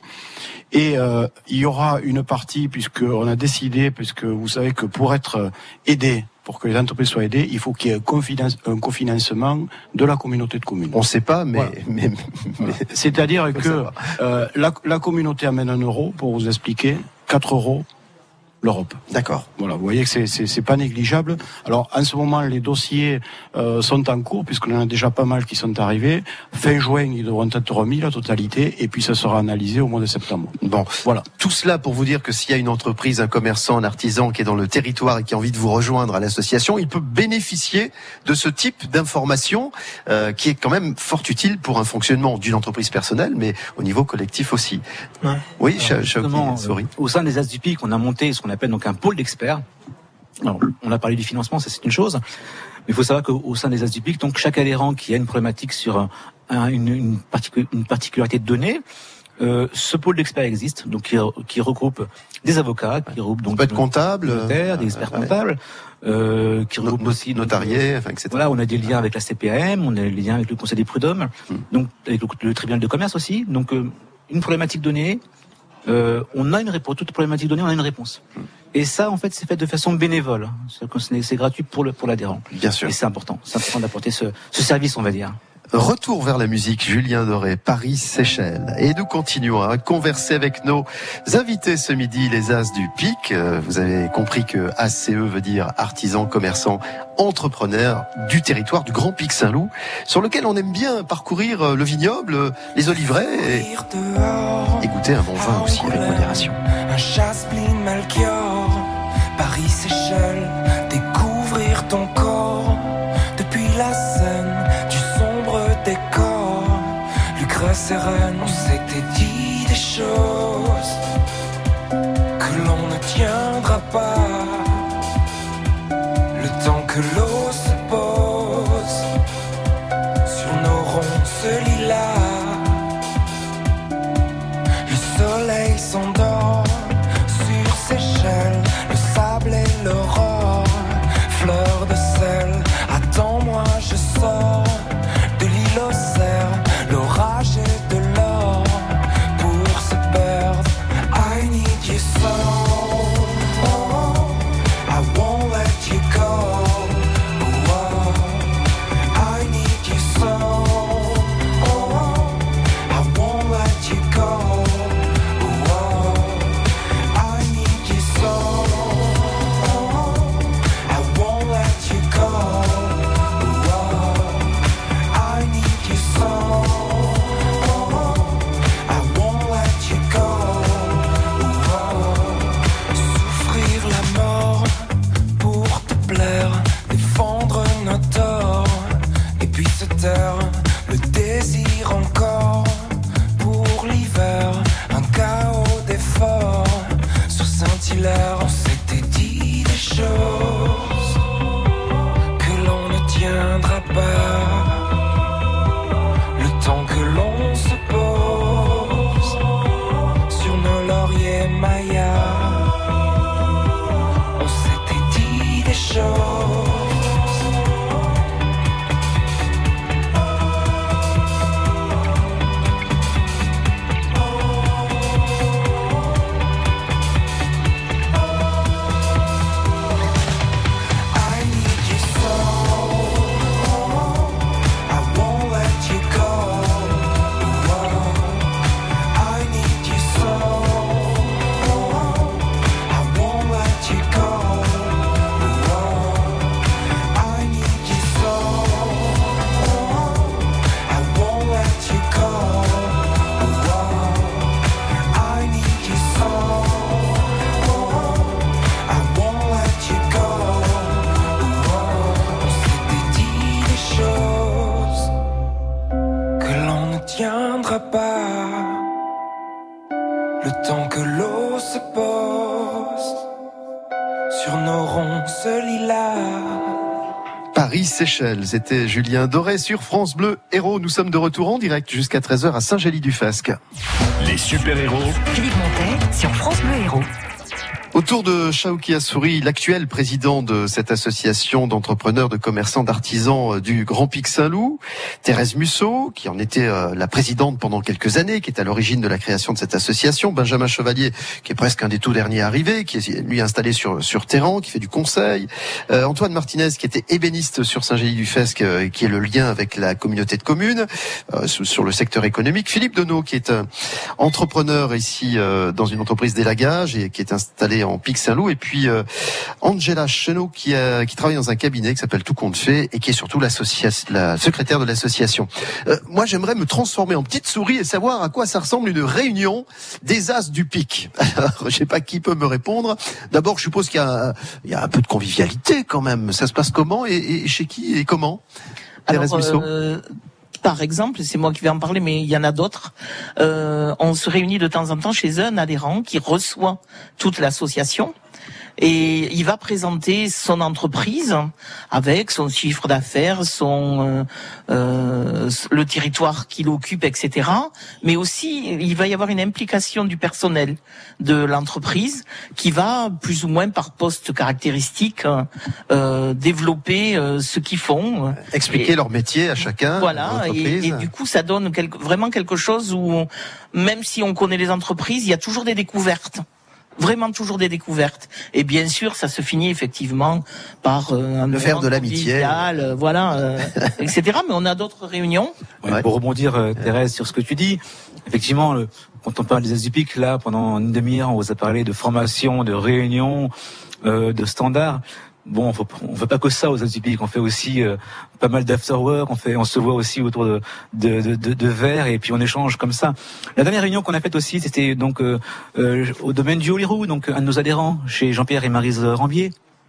Et euh, il y aura une partie, puisqu'on a décidé, puisque vous savez que pour être aidé, pour que les entreprises soient aidées, il faut qu'il y ait un, un cofinancement de la communauté de communes. On ne sait pas, mais... Voilà. mais, mais C'est-à-dire que euh, la, la communauté amène un euro, pour vous expliquer, quatre euros l'Europe. D'accord. Voilà, vous voyez que c'est, c'est, c'est pas négligeable. Alors, en ce moment, les dossiers euh, sont en cours, puisqu'on en a déjà pas mal qui sont arrivés. Fin juin, ils devront être remis, la totalité, et puis ça sera analysé au mois de septembre. Bon, voilà. Tout cela pour vous dire que s'il y a une entreprise, un commerçant, un artisan qui est dans le territoire et qui a envie de vous rejoindre à l'association, il peut bénéficier de ce type d'information euh, qui est quand même fort utile pour un fonctionnement d'une entreprise personnelle, mais au niveau collectif aussi. Ouais. Oui, Alors, justement, euh, au sein des As du Pic, on a monté ce qu'on appelle donc un pôle d'experts. Alors, on a parlé du financement, ça c'est une chose, mais il faut savoir qu'au sein des As du Pic, donc chaque adhérent qui a une problématique sur un, une, une, particu- une particularité de données, euh, ce pôle d'experts existe, donc qui, qui regroupe des avocats, qui regroupe donc des comptables, notaires, des experts euh, comptables, euh, qui regroupe no- aussi notariés, enfin, et cetera. Voilà, on a des liens avec la C P A M, on a des liens avec le Conseil des prud'hommes, hmm. donc avec le, le tribunal de commerce aussi. Donc euh, une problématique donnée. Euh, on a une réponse, toute problématique donnée, on a une réponse. Et ça, en fait, c'est fait de façon bénévole. C'est, c'est gratuit pour le, pour l'adhérent. Bien sûr. Et c'est important. C'est important d'apporter ce, ce service, on va dire. Retour vers la musique, Julien Doré, Paris, Seychelles. Et nous continuons à converser avec nos invités ce midi, les As du Pic. Vous avez compris que A C E veut dire artisan, commerçant, entrepreneur du territoire du Grand Pic Saint-Loup, sur lequel on aime bien parcourir le vignoble, les oliveraies, et écouter un bon vin aussi avec modération. Un chasse-pline Malchior, Paris, Seychelles, découvrir ton corps depuis la Seine. Décor, Lucrèce sereine, on s'était dit des choses que l'on ne tiendra pas. Le temps que l'eau se pose sur nos ronces lilas, le soleil s'endort sur Seychelles, le sable et l'aurore, fleur de sel. Attends-moi, je sors de l'île aux cerfs, l'orage et de l'or pour se perdre. I need you so, oh, I won't let you go. Oh, I need you so, oh, I won't let you go. Oh, I need you so, oh, I won't let you go. I need you so, I won't let you go. Souffrir la mort pour te plaire, défendre nos torts, et puis se taire, le désir encore pour l'hiver, un chaos d'efforts sur Saint-Hilaire. On s'était dit des choses que l'on ne tiendra pas. Le temps que l'on se pose sur nos lauriers mayas, on s'était dit des choses. I need you so, I won't let you go. I need you so, I won't let you go. I need you so, I won't let you go. I need you so, I won't let you go. On s'était dit des choses que l'on ne tiendra pas. Le temps que l'eau se pose sur nos ronces lilas. Paris-Seychelles, c'était Julien Doré sur France Bleu Héros. Nous sommes de retour en direct jusqu'à treize heures à Saint-Gély-du-Fesque. Les super-héros. Philippe Montet sur France Bleu Héros. Autour de Shaouki Assouri, l'actuel président de cette association d'entrepreneurs, de commerçants, d'artisans du Grand Pic Saint-Loup, Thérèse Musso, qui en était euh, la présidente pendant quelques années, qui est à l'origine de la création de cette association, Benjamin Chevalier, qui est presque un des tout derniers arrivés, qui est lui installé sur sur Téhéran, qui fait du conseil, euh, Antoine Martinez, qui était ébéniste sur Saint-Gély-du-Fesque, euh, qui est le lien avec la communauté de communes euh, sur le secteur économique, Philippe Denot, qui est un entrepreneur ici euh, dans une entreprise d'élagage et qui est installé en Pic Saint-Loup, et puis euh, Angela Chenot qui, a, qui travaille dans un cabinet qui s'appelle Tout Compte Fait et qui est surtout la secrétaire de l'association. Euh, moi j'aimerais me transformer en petite souris et savoir à quoi ça ressemble une réunion des As du Pic. Alors je sais pas qui peut me répondre. D'abord je suppose qu'il y a, il y a un peu de convivialité quand même. Ça se passe comment et, et chez qui et comment? Thérèse Musso. Euh... Par exemple, c'est moi qui vais en parler, mais il y en a d'autres. Euh, on se réunit de temps en temps chez un adhérent qui reçoit toute l'association et il va présenter son entreprise avec son chiffre d'affaires, son euh, euh, le territoire qu'il occupe, et cetera. Mais aussi, il va y avoir une implication du personnel de l'entreprise qui va plus ou moins par poste caractéristique euh, développer euh, ce qu'ils font, expliquer et, leur métier à chacun. Voilà, et, et du coup, ça donne quelque, vraiment quelque chose où, on, même si on connaît les entreprises, il y a toujours des découvertes. Vraiment toujours des découvertes. Et bien sûr, ça se finit effectivement par euh, un le faire de l'amitié, euh, voilà, euh, et cetera. Mais on a d'autres réunions. Ouais, ouais. Pour rebondir, euh, Thérèse, sur ce que tu dis, effectivement, le, quand on parle des As du Pic, là, pendant une demi-heure, on vous a parlé de formation, de réunion, euh, de standards. Bon, faut, on fait pas que ça aux As du Pic, on fait aussi euh, pas mal d'afterwork, on fait, on se voit aussi autour de de, de, de, de verres et puis on échange comme ça. La dernière réunion qu'on a faite aussi, c'était donc euh, euh, au domaine du Hollywood, donc un de nos adhérents, chez Jean-Pierre et Maryse Rambier.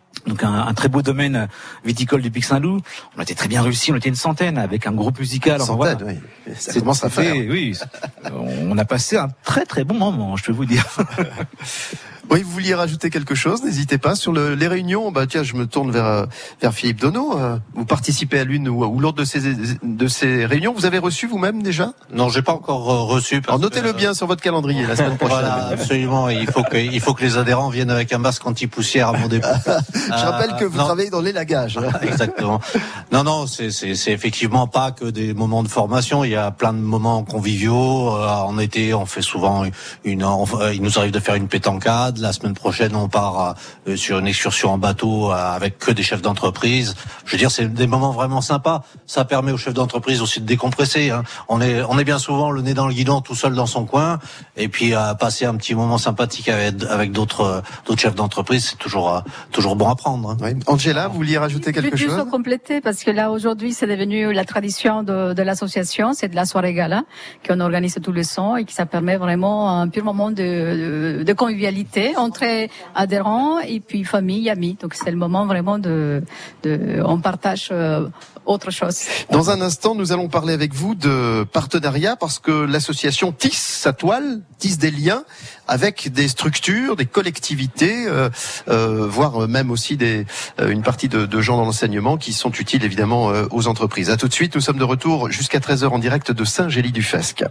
donc un, un très beau domaine viticole du Pic Saint-Loup. On était très bien réussi, on était une centaine avec un groupe musical. Centaine, voilà. oui. Ça C'est- commence à faire. Oui, on a passé un très très bon moment, je peux vous dire. Oui, vous vouliez rajouter quelque chose, n'hésitez pas. Sur le, les réunions, bah tiens, je me tourne vers, euh, vers Philippe Donneau. Euh, vous participez à l'une ou, ou l'autre de ces, de ces réunions. Vous avez reçu vous-même déjà? Non, j'ai pas encore euh, reçu. Alors notez-le bien sur votre calendrier la semaine prochaine. Voilà, absolument. Il faut que, il faut que les adhérents viennent avec un masque anti-poussière à mon dépôt. Je rappelle que vous non. travaillez dans l'élagage. Exactement. Non, non, c'est, c'est, c'est effectivement pas que des moments de formation. Il y a plein de moments conviviaux. Euh, en été, on fait souvent une, on- euh, il nous arrive de faire une pétancade. La semaine prochaine, on part euh, sur une excursion en bateau euh, avec que des chefs d'entreprise. Je veux dire, c'est des moments vraiment sympas. Ça permet aux chefs d'entreprise aussi de décompresser. Hein. On est, on est bien souvent le nez dans le guidon, tout seul dans son coin, et puis à passer un petit moment sympathique avec, avec d'autres, euh, d'autres chefs d'entreprise. C'est toujours, euh, toujours bon à prendre. Hein. Oui. Angela, vous vouliez rajouter quelque Je vais chose? juste compléter parce que là aujourd'hui c'est devenu la tradition de, de l'association, c'est de la soirée gala qu'on organise tous les ans et qui ça permet vraiment un pur moment de, de, de convivialité entre adhérents et puis famille, amis. Donc c'est le moment vraiment de, de on partage euh, autre chose. Dans un instant, nous allons parler avec vous de partenariat parce que l'association tisse sa toile, tisse des liens avec des structures, des collectivités, euh, euh, voire même aussi des, euh, une partie de, de gens dans l'enseignement qui sont utiles évidemment euh, aux entreprises. À tout de suite, nous sommes de retour jusqu'à treize heures en direct de Saint-Gély-du-Fesque.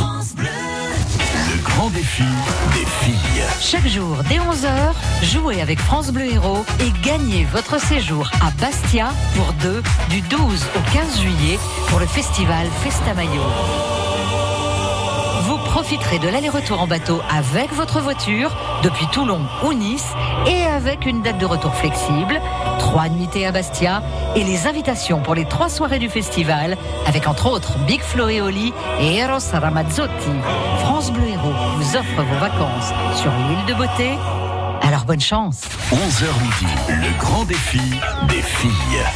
Le grand défi des filles. Chaque jour, dès onze heures, jouez avec France Bleu Héros et gagnez votre séjour à Bastia pour deux du douze au quinze juillet pour le festival Festamayo. Vous profiterez de l'aller-retour en bateau avec votre voiture depuis Toulon ou Nice et avec une date de retour flexible, trois nuitées à Bastia et les invitations pour les trois soirées du festival avec entre autres Big Flo et Oli et Eros Ramazzotti. France Bleu Héros vous offre vos vacances sur l'île de Beauté. Alors bonne chance. onze heures midi, le grand défi des filles.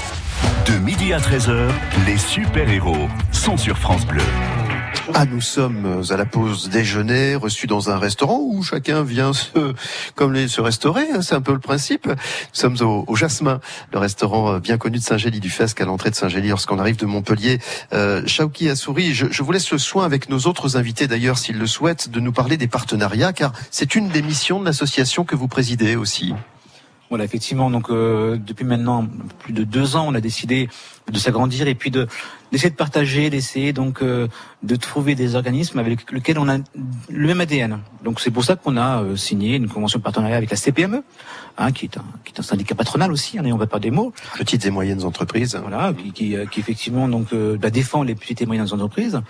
De midi à treize heures, les super-héros sont sur France Bleu. Ah, nous sommes à la pause déjeuner, reçus dans un restaurant où chacun vient se, comme les, se restaurer, hein, c'est un peu le principe. Nous sommes au, au Jasmin, le restaurant bien connu de Saint-Gély-du-Fesque, à l'entrée de Saint-Gély lorsqu'on arrive de Montpellier. Euh, Chauki Assouri, je, je vous laisse le soin avec nos autres invités d'ailleurs, s'ils le souhaitent, de nous parler des partenariats, car c'est une des missions de l'association que vous présidez aussi. Voilà, effectivement. Donc, euh, depuis maintenant plus de deux ans, on a décidé de s'agrandir et puis de d'essayer de partager, d'essayer donc euh, de trouver des organismes avec lesquels on a le même A D N. Donc, c'est pour ça qu'on a euh, signé une convention de partenariat avec la C P M E, hein, qui est un qui est un syndicat patronal aussi. Hein, et on va pas des mots. Petites et moyennes entreprises. Voilà, qui qui, qui effectivement donc euh, bah, défend les petites et moyennes entreprises.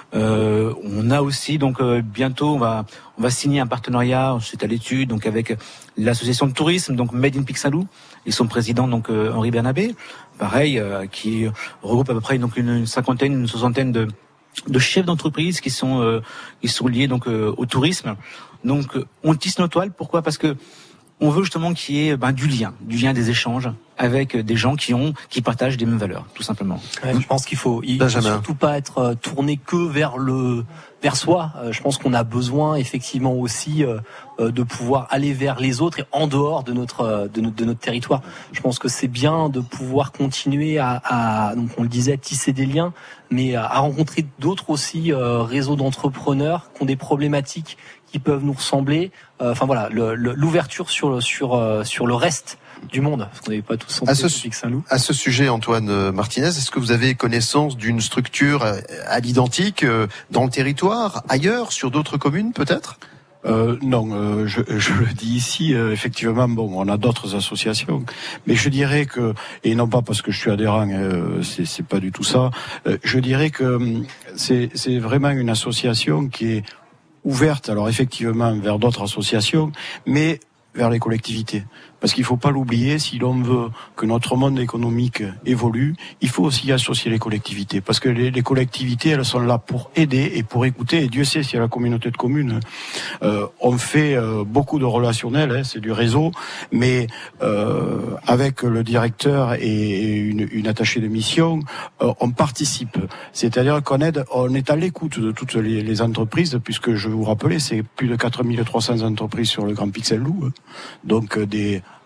Euh, on a aussi donc euh, bientôt on va on va signer un partenariat, c'est à l'étude, donc avec l'association de tourisme donc Made in Pic Saint-Loup et son président donc euh, Henri Bernabé, pareil euh, qui regroupe à peu près donc une, une cinquantaine, une soixantaine de de chefs d'entreprise qui sont euh, qui sont liés donc euh, au tourisme. Donc euh, on tisse nos toiles. Pourquoi? Parce que on veut justement qu'il y ait ben, du lien, du lien des échanges avec des gens qui ont, qui partagent des mêmes valeurs, tout simplement. Ouais, je pense qu'il faut, il faut surtout pas être euh, tourné que vers le, vers soi. Euh, je pense qu'on a besoin effectivement aussi euh, euh, de pouvoir aller vers les autres et en dehors de notre, euh, de notre, de notre territoire. Je pense que c'est bien de pouvoir continuer à, à, donc on le disait, tisser des liens, mais à, à rencontrer d'autres aussi euh, réseaux d'entrepreneurs qui ont des problématiques qui peuvent nous ressembler. Euh, enfin voilà, le, le, l'ouverture sur sur euh, sur le reste du monde, parce qu'on n'avait pas tous à ce, Saint-Loup. À ce sujet, Antoine Martinez, est-ce que vous avez connaissance d'une structure à l'identique dans le territoire, ailleurs, sur d'autres communes peut-être? Euh, non, euh, je, je le dis ici, euh, effectivement, bon, on a d'autres associations, mais je dirais que, et non pas parce que je suis adhérent, euh, c'est, c'est pas du tout ça, euh, je dirais que c'est, c'est vraiment une association qui est ouverte, alors effectivement, vers d'autres associations, mais vers les collectivités. Parce qu'il ne faut pas l'oublier, si l'on veut que notre monde économique évolue, il faut aussi associer les collectivités. Parce que les, les collectivités, elles sont là pour aider et pour écouter. Et Dieu sait si à la communauté de communes, euh, on fait euh, beaucoup de relationnel, hein, c'est du réseau, mais euh, avec le directeur et une, une attachée de mission, euh, on participe. C'est-à-dire qu'on aide, on est à l'écoute de toutes les, les entreprises, puisque je vais vous rappeler, c'est plus de quatre mille trois cents entreprises sur le Grand Pic Saint-Loup, hein, donc euh, des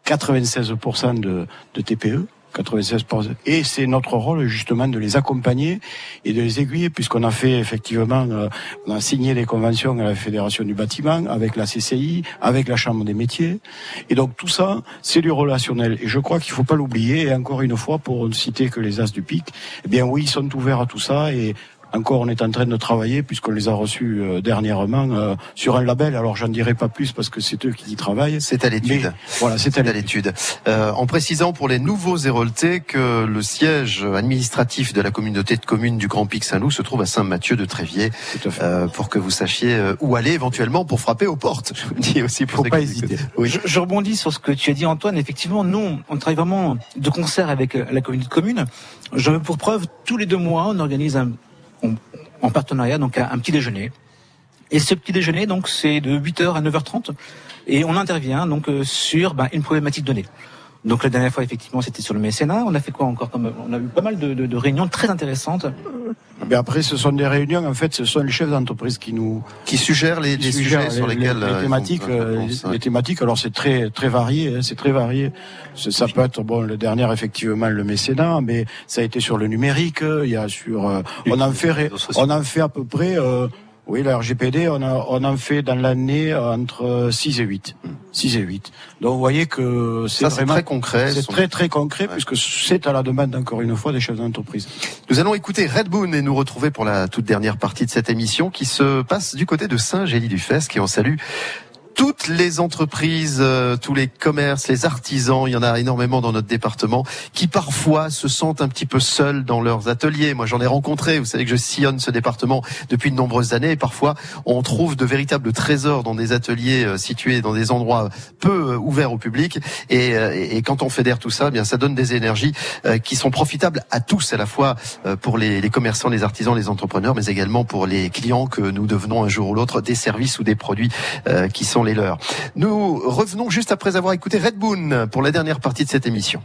quatre-vingt-seize pour cent de, de T P E. quatre-vingt-seize pour cent. Et c'est notre rôle justement de les accompagner et de les aiguiller, puisqu'on a fait effectivement, euh, on a signé des conventions à la Fédération du bâtiment, avec la C C I, avec la Chambre des métiers. Et donc tout ça, c'est du relationnel. Et je crois qu'il faut pas l'oublier. Et encore une fois, pour ne citer que les As du Pic, eh bien oui, ils sont ouverts à tout ça. Et encore, on est en train de travailler, puisqu'on les a reçus euh, dernièrement euh, sur un label. Alors, j'en dirai pas plus parce que c'est eux qui y travaillent. C'est à l'étude. Mais, voilà, c'est, c'est à à l'étude. Euh, en précisant pour les nouveaux Héroltais que le siège administratif de la communauté de communes du Grand Pic Saint-Loup se trouve à Saint-Mathieu de Tréviers, euh, pour que vous sachiez euh, où aller éventuellement pour frapper aux portes. Je vous le dis aussi pour faut ceux pas qui- hésiter. Oui. Je, je rebondis sur ce que tu as dit, Antoine. Effectivement, nous, on travaille vraiment de concert avec euh, la communauté de communes. J'en veux pour preuve, tous les deux mois, on organise un, on- en partenariat donc un, un petit déjeuner. Et ce petit déjeuner, donc, c'est de huit heures à neuf heures trente. Et on intervient donc euh, sur ben, une problématique donnée. Donc la dernière fois, effectivement, c'était sur le mécénat. On a fait quoi encore comme, on a eu pas mal de, de, de réunions très intéressantes. Mais après, ce sont des réunions. En fait, ce sont les chefs d'entreprise qui nous qui suggèrent les, qui les suggèrent sujets sur les- lesquels les, euh, les ils thématiques. font euh, réponse, les, ouais. les thématiques. Alors c'est très très varié. Hein, c'est très varié. C'est- Ça peut être bon. Le dernier, effectivement, le mécénat, mais ça a été sur le numérique. Il y a sur. euh, on en fait. ré- On en fait à peu près. Euh, oui, la R G P D, on, a, on en fait dans l'année entre six et huit. six et huit. Donc vous voyez que c'est Ça, c'est vraiment très concret. C'est Son- très très concret, puisque c'est à la demande, encore une fois, des chefs d'entreprise. Nous allons écouter Red Boon et nous retrouver pour la toute dernière partie de cette émission qui se passe du côté de Saint-Gély-du-Fesque, et on salue toutes les entreprises, euh, tous les commerces, les artisans, il y en a énormément dans notre département, qui parfois se sentent un petit peu seuls dans leurs ateliers. Moi, j'en ai rencontré. Vous savez que je sillonne ce département depuis de nombreuses années, et parfois on trouve de véritables trésors dans des ateliers euh, situés dans des endroits peu euh, ouverts au public. Et, euh, et quand on fédère tout ça, eh bien ça donne des énergies euh, qui sont profitables à tous, à la fois euh, pour les, les commerçants, les artisans, les entrepreneurs, mais également pour les clients que nous devenons un jour ou l'autre, des services ou des produits euh, qui sont les leurs. Nous revenons juste après avoir écouté Red Boon pour la dernière partie de cette émission.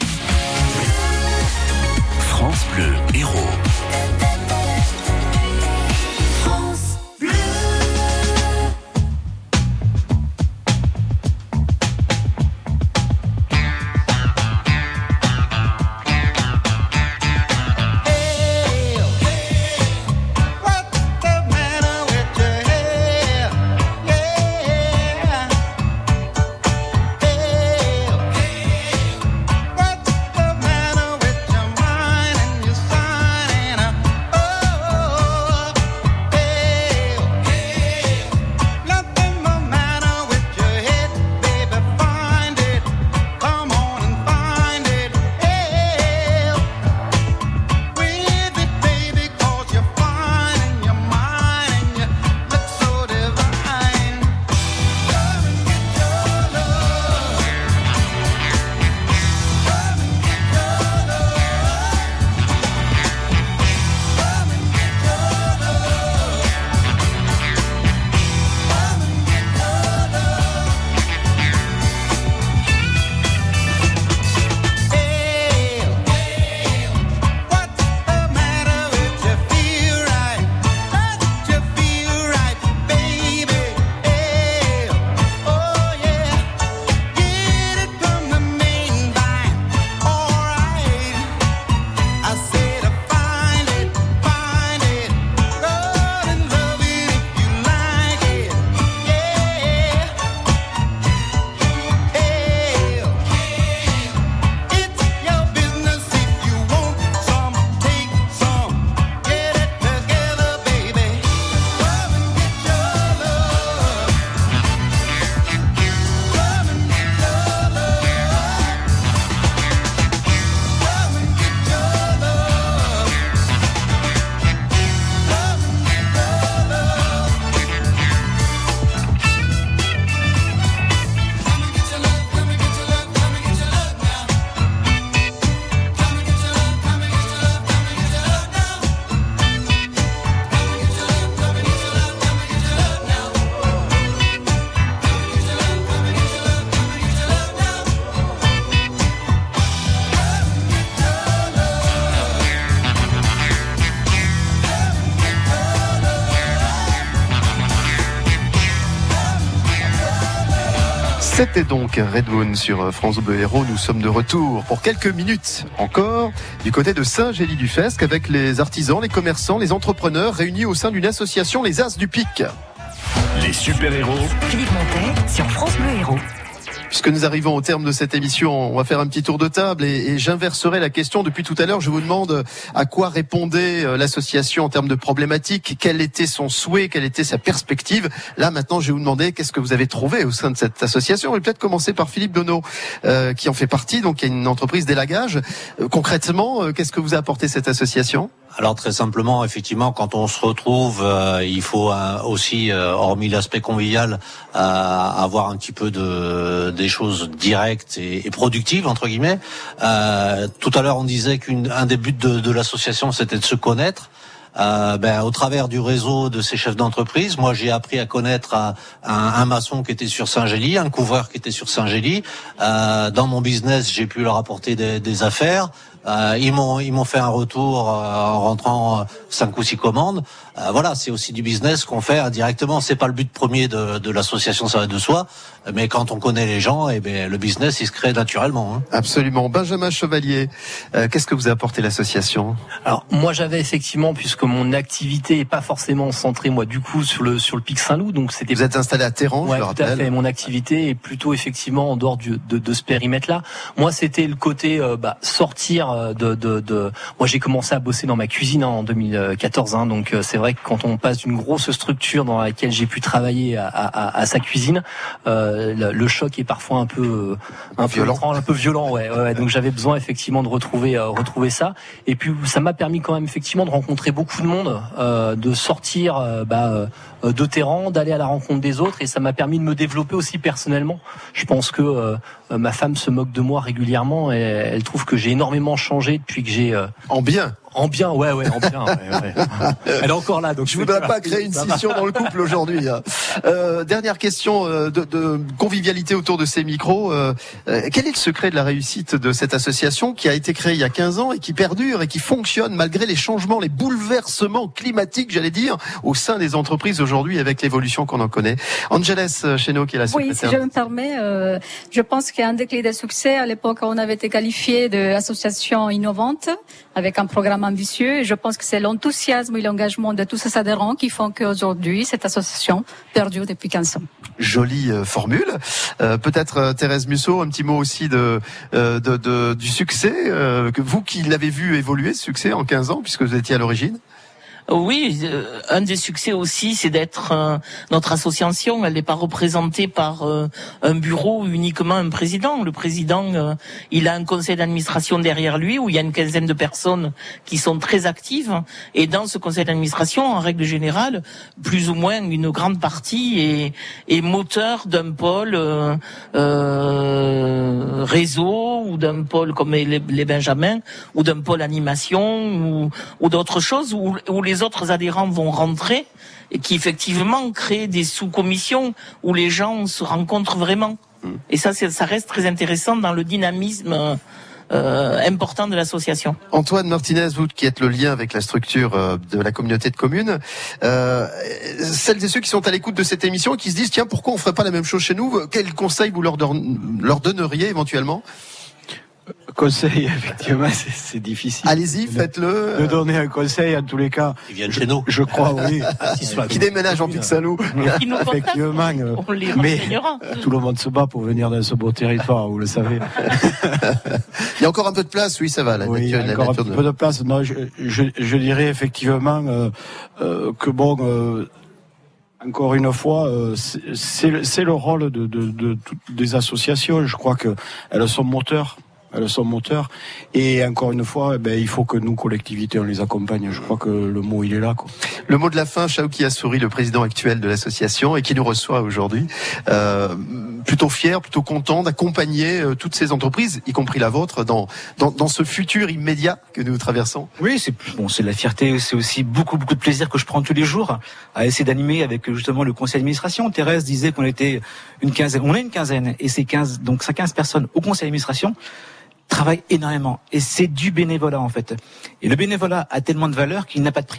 France Bleu Héros. What's the matter with your hair? Yeah. C'était donc Red Moon sur France Bleu Héros. Nous sommes de retour pour quelques minutes encore du côté de Saint-Gély-du-Fesque avec les artisans, les commerçants, les entrepreneurs réunis au sein d'une association, les As du Pic. Les super-héros. Philippe Montet sur France Bleu Héros. Puisque nous arrivons au terme de cette émission, on va faire un petit tour de table et, et j'inverserai la question. Depuis tout à l'heure, je vous demande à quoi répondait l'association en termes de problématiques, quel était son souhait, quelle était sa perspective. Là, maintenant, je vais vous demander qu'est-ce que vous avez trouvé au sein de cette association. On va peut-être commencer par Philippe Donneau, euh, qui en fait partie, donc il y a une entreprise d'élagage. Euh, concrètement, euh, qu'est-ce que vous a apporté cette association ? Alors très simplement, effectivement, quand on se retrouve, euh, il faut euh, aussi, euh, hormis l'aspect convivial, euh, avoir un petit peu de des choses directes et, et productives entre guillemets. Euh, tout à l'heure, on disait qu'un des buts de, de l'association, c'était de se connaître. Euh, ben, au travers du réseau de ces chefs d'entreprise, moi j'ai appris à connaître un, un, un maçon qui était sur Saint-Gély, un couvreur qui était sur Saint-Gély. Euh, dans mon business, j'ai pu leur apporter des, des affaires. Euh, ils m'ont ils m'ont fait un retour euh, en rentrant cinq ou six commandes. Euh, voilà, c'est aussi du business qu'on fait indirectement. C'est pas le but premier de, de l'association, ça va de soi. Mais quand on connaît les gens, eh ben le business il se crée naturellement. Hein. Absolument. Benjamin Chevalier, euh, qu'est-ce que vous a apporté l'association ? Alors moi j'avais effectivement, puisque mon activité est pas forcément centrée moi du coup sur le sur le Pic Saint-Loup, donc c'était. Vous êtes installé à Théran, ouais, je le rappelle. Tout à fait. Mon activité est plutôt effectivement en dehors du, de, de ce périmètre-là. Moi c'était le côté euh, bah, sortir de, de, de. Moi j'ai commencé à bosser dans ma cuisine hein, en deux mille quatorze, hein, donc euh, c'est vrai que quand on passe d'une grosse structure dans laquelle j'ai pu travailler à, à, à sa cuisine, euh, le, le choc est parfois un peu un, un peu violent, un peu violent, ouais. ouais donc j'avais besoin effectivement de retrouver euh, retrouver ça. Et puis ça m'a permis quand même effectivement de rencontrer beaucoup de monde, euh, de sortir euh, bah, euh, de Théran, d'aller à la rencontre des autres, et ça m'a permis de me développer aussi personnellement. Je pense que euh, ma femme se moque de moi régulièrement et elle trouve que j'ai énormément changé depuis que j'ai euh, en bien. En bien, ouais, ouais, en bien. Ouais, ouais. Elle est encore là, donc je voudrais pas créer une scission dans le couple aujourd'hui. Hein. Euh, dernière question euh, de, de convivialité autour de ces micros. Euh, euh, quel est le secret de la réussite de cette association qui a été créée il y a quinze ans et qui perdure et qui fonctionne malgré les changements, les bouleversements climatiques, j'allais dire, au sein des entreprises aujourd'hui avec l'évolution qu'on en connaît. Angeles Chénaud, qui est la secrétaire. Oui, si je me permets, euh, je pense qu'un des clés de succès, à l'époque, on avait été qualifié d'association innovante avec un programme ambitieux, et je pense que c'est l'enthousiasme et l'engagement de tous ces adhérents qui font qu'aujourd'hui, cette association perdure depuis quinze ans. Jolie euh, formule. Euh, peut-être euh, Thérèse Musso, un petit mot aussi de, euh, de, de du succès, euh, que vous qui l'avez vu évoluer, ce succès en quinze ans, puisque vous étiez à l'origine. Oui, euh, un des succès aussi, c'est d'être euh, notre association. Elle n'est pas représentée par euh, un bureau ou uniquement un président. Le président, euh, il a un conseil d'administration derrière lui où il y a une quinzaine de personnes qui sont très actives. Et dans ce conseil d'administration, en règle générale, plus ou moins une grande partie est, est moteur d'un pôle euh, euh, réseau ou d'un pôle comme les, les Benjamins ou d'un pôle animation ou, ou d'autres choses où, où les autres adhérents vont rentrer et qui effectivement créent des sous-commissions où les gens se rencontrent vraiment. Et ça, ça reste très intéressant dans le dynamisme euh, important de l'association. Antoine Martinez, vous qui êtes le lien avec la structure euh, de la communauté de communes, euh, celles et ceux qui sont à l'écoute de cette émission et qui se disent tiens, pourquoi on ferait pas la même chose chez nous, quel conseil vous leur, don- leur donneriez éventuellement ? Conseil, effectivement, c'est, c'est difficile. Allez-y, faites-le. De donner un conseil, en tous les cas. Ils viennent chez nous. Je crois, oui. Qui déménage en Pic Saint-Loup. Effectivement. On les mais renseignera. tout le monde se bat pour venir dans ce beau territoire, vous le savez. Il y a encore un peu de place, oui, ça va. La oui, nature, il y a la encore un nature peu de... de place. Non, je, je, je dirais effectivement euh, euh, que bon... Euh, Encore une fois, euh, c'est, c'est, le, c'est le rôle de, de, de, de, des associations. Je crois que elles sont moteurs. Elles sont moteurs. Et encore une fois, eh ben, il faut que nous, collectivités, on les accompagne. Je crois que le mot, il est là, quoi. Le mot de la fin, Shaouki Assouri, le président actuel de l'association et qui nous reçoit aujourd'hui. Euh, plutôt fier, plutôt content d'accompagner euh, toutes ces entreprises, y compris la vôtre, dans, dans, dans ce futur immédiat que nous traversons. Oui, c'est bon, c'est de la fierté, c'est aussi beaucoup, beaucoup de plaisir que je prends tous les jours à essayer d'animer avec justement le conseil d'administration. Thérèse disait qu'on était une quinzaine, on est une quinzaine, et c'est quinze, donc c'est quinze personnes au conseil d'administration. Travaille énormément et c'est du bénévolat en fait. Et le bénévolat a tellement de valeur qu'il n'a pas de prix.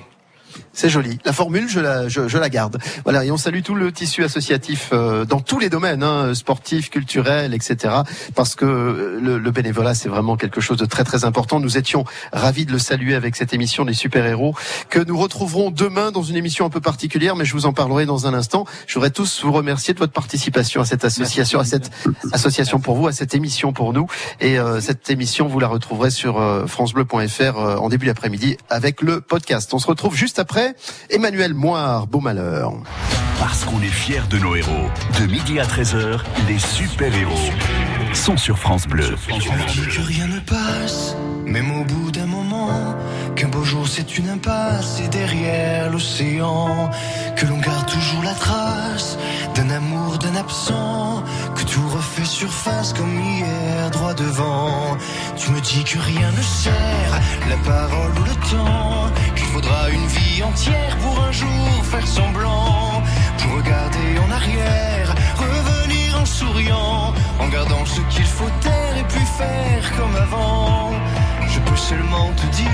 C'est joli. La formule, je la, je, je la garde. Voilà, et on salue tout le tissu associatif euh, dans tous les domaines, hein, sportifs, culturels, et cetera. Parce que le, le bénévolat, c'est vraiment quelque chose de très très important. Nous étions ravis de le saluer avec cette émission des super-héros que nous retrouverons demain dans une émission un peu particulière, mais je vous en parlerai dans un instant. Je voudrais tous vous remercier de votre participation à cette association, Merci. à cette association pour vous, à cette émission pour nous. Et euh, cette émission, vous la retrouverez sur euh, francebleu point f r euh, en début d'après-midi avec le podcast. On se retrouve juste après. Emmanuel Moire, Beau Malheur. Parce qu'on est fiers de nos héros. De midi à treize heures, les super-héros sont sur France Bleu. Je me dis que rien ne passe, même au bout d'un moment, qu'un beau jour c'est une impasse et derrière l'océan, que l'on garde toujours la trace d'un amour, d'un absent, que tout refait surface comme hier, droit devant. Tu me dis que rien ne sert, la parole ou le temps, qu'il faudra une vie entière pour un jour faire semblant, pour regarder en arrière, revenir en souriant, en gardant ce qu'il faut taire et puis faire comme avant. Je peux seulement te dire,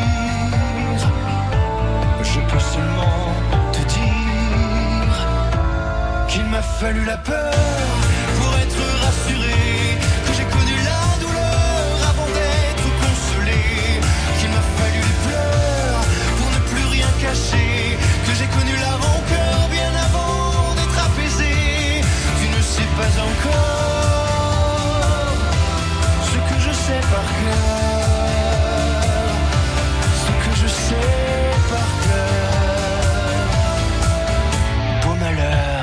je peux seulement te dire qu'il m'a fallu la peur pour être rassuré, que j'ai connu la douleur avant d'être consolé, qu'il m'a fallu les pleurs pour ne plus rien cacher, que j'ai connu la rancœur bien avant d'être apaisé. Tu ne sais pas encore ce que je sais par cœur, ce que je sais par cœur. Beau malheur.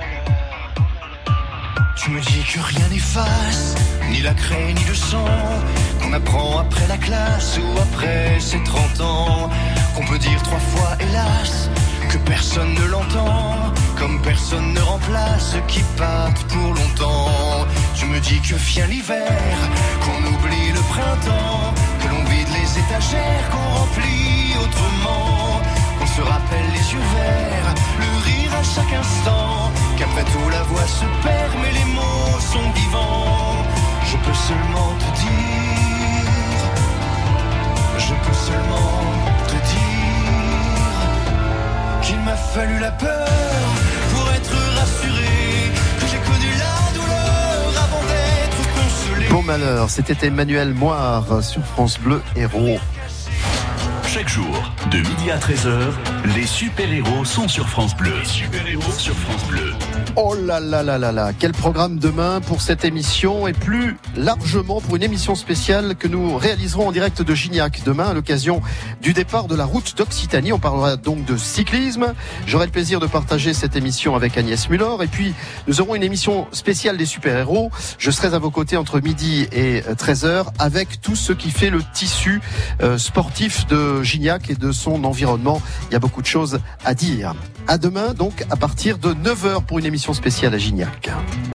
Tu me dis que rien n'efface, ni la craie ni le sang, qu'on apprend après la classe ou après ses trente ans, qu'on peut dire trois fois hélas, que personne ne l'entend, comme personne ne remplace qui partent pour longtemps. Tu me dis que vient l'hiver, qu'on oublie le printemps, que l'on vide les étagères, qu'on remplit autrement, qu'on se rappelle les yeux verts, le rire à chaque instant, qu'après tout la voix se perd mais les mots sont vivants. Je peux seulement te dire, je peux seulement te dire qu'il m'a fallu la peur pour être rassuré, que j'ai connu la douleur avant d'être consolé. Beau Malheur, c'était Emmanuel Moire sur France Bleu Héros. Chaque jour, de midi à treize heures, les super-héros sont sur France Bleu. Les super-héros sur France Bleu. Oh là là là là là, quel programme demain pour cette émission et plus largement pour une émission spéciale que nous réaliserons en direct de Gignac demain à l'occasion du départ de la route d'Occitanie. On parlera donc de cyclisme. J'aurai le plaisir de partager cette émission avec Agnès Muller et puis nous aurons une émission spéciale des super-héros. Je serai à vos côtés entre midi et treize heures avec tout ce qui fait le tissu euh, sportif de Gignac et de son environnement. Il y a beaucoup de choses à dire. À demain donc à partir de neuf heures pour une émission spéciale à Gignac.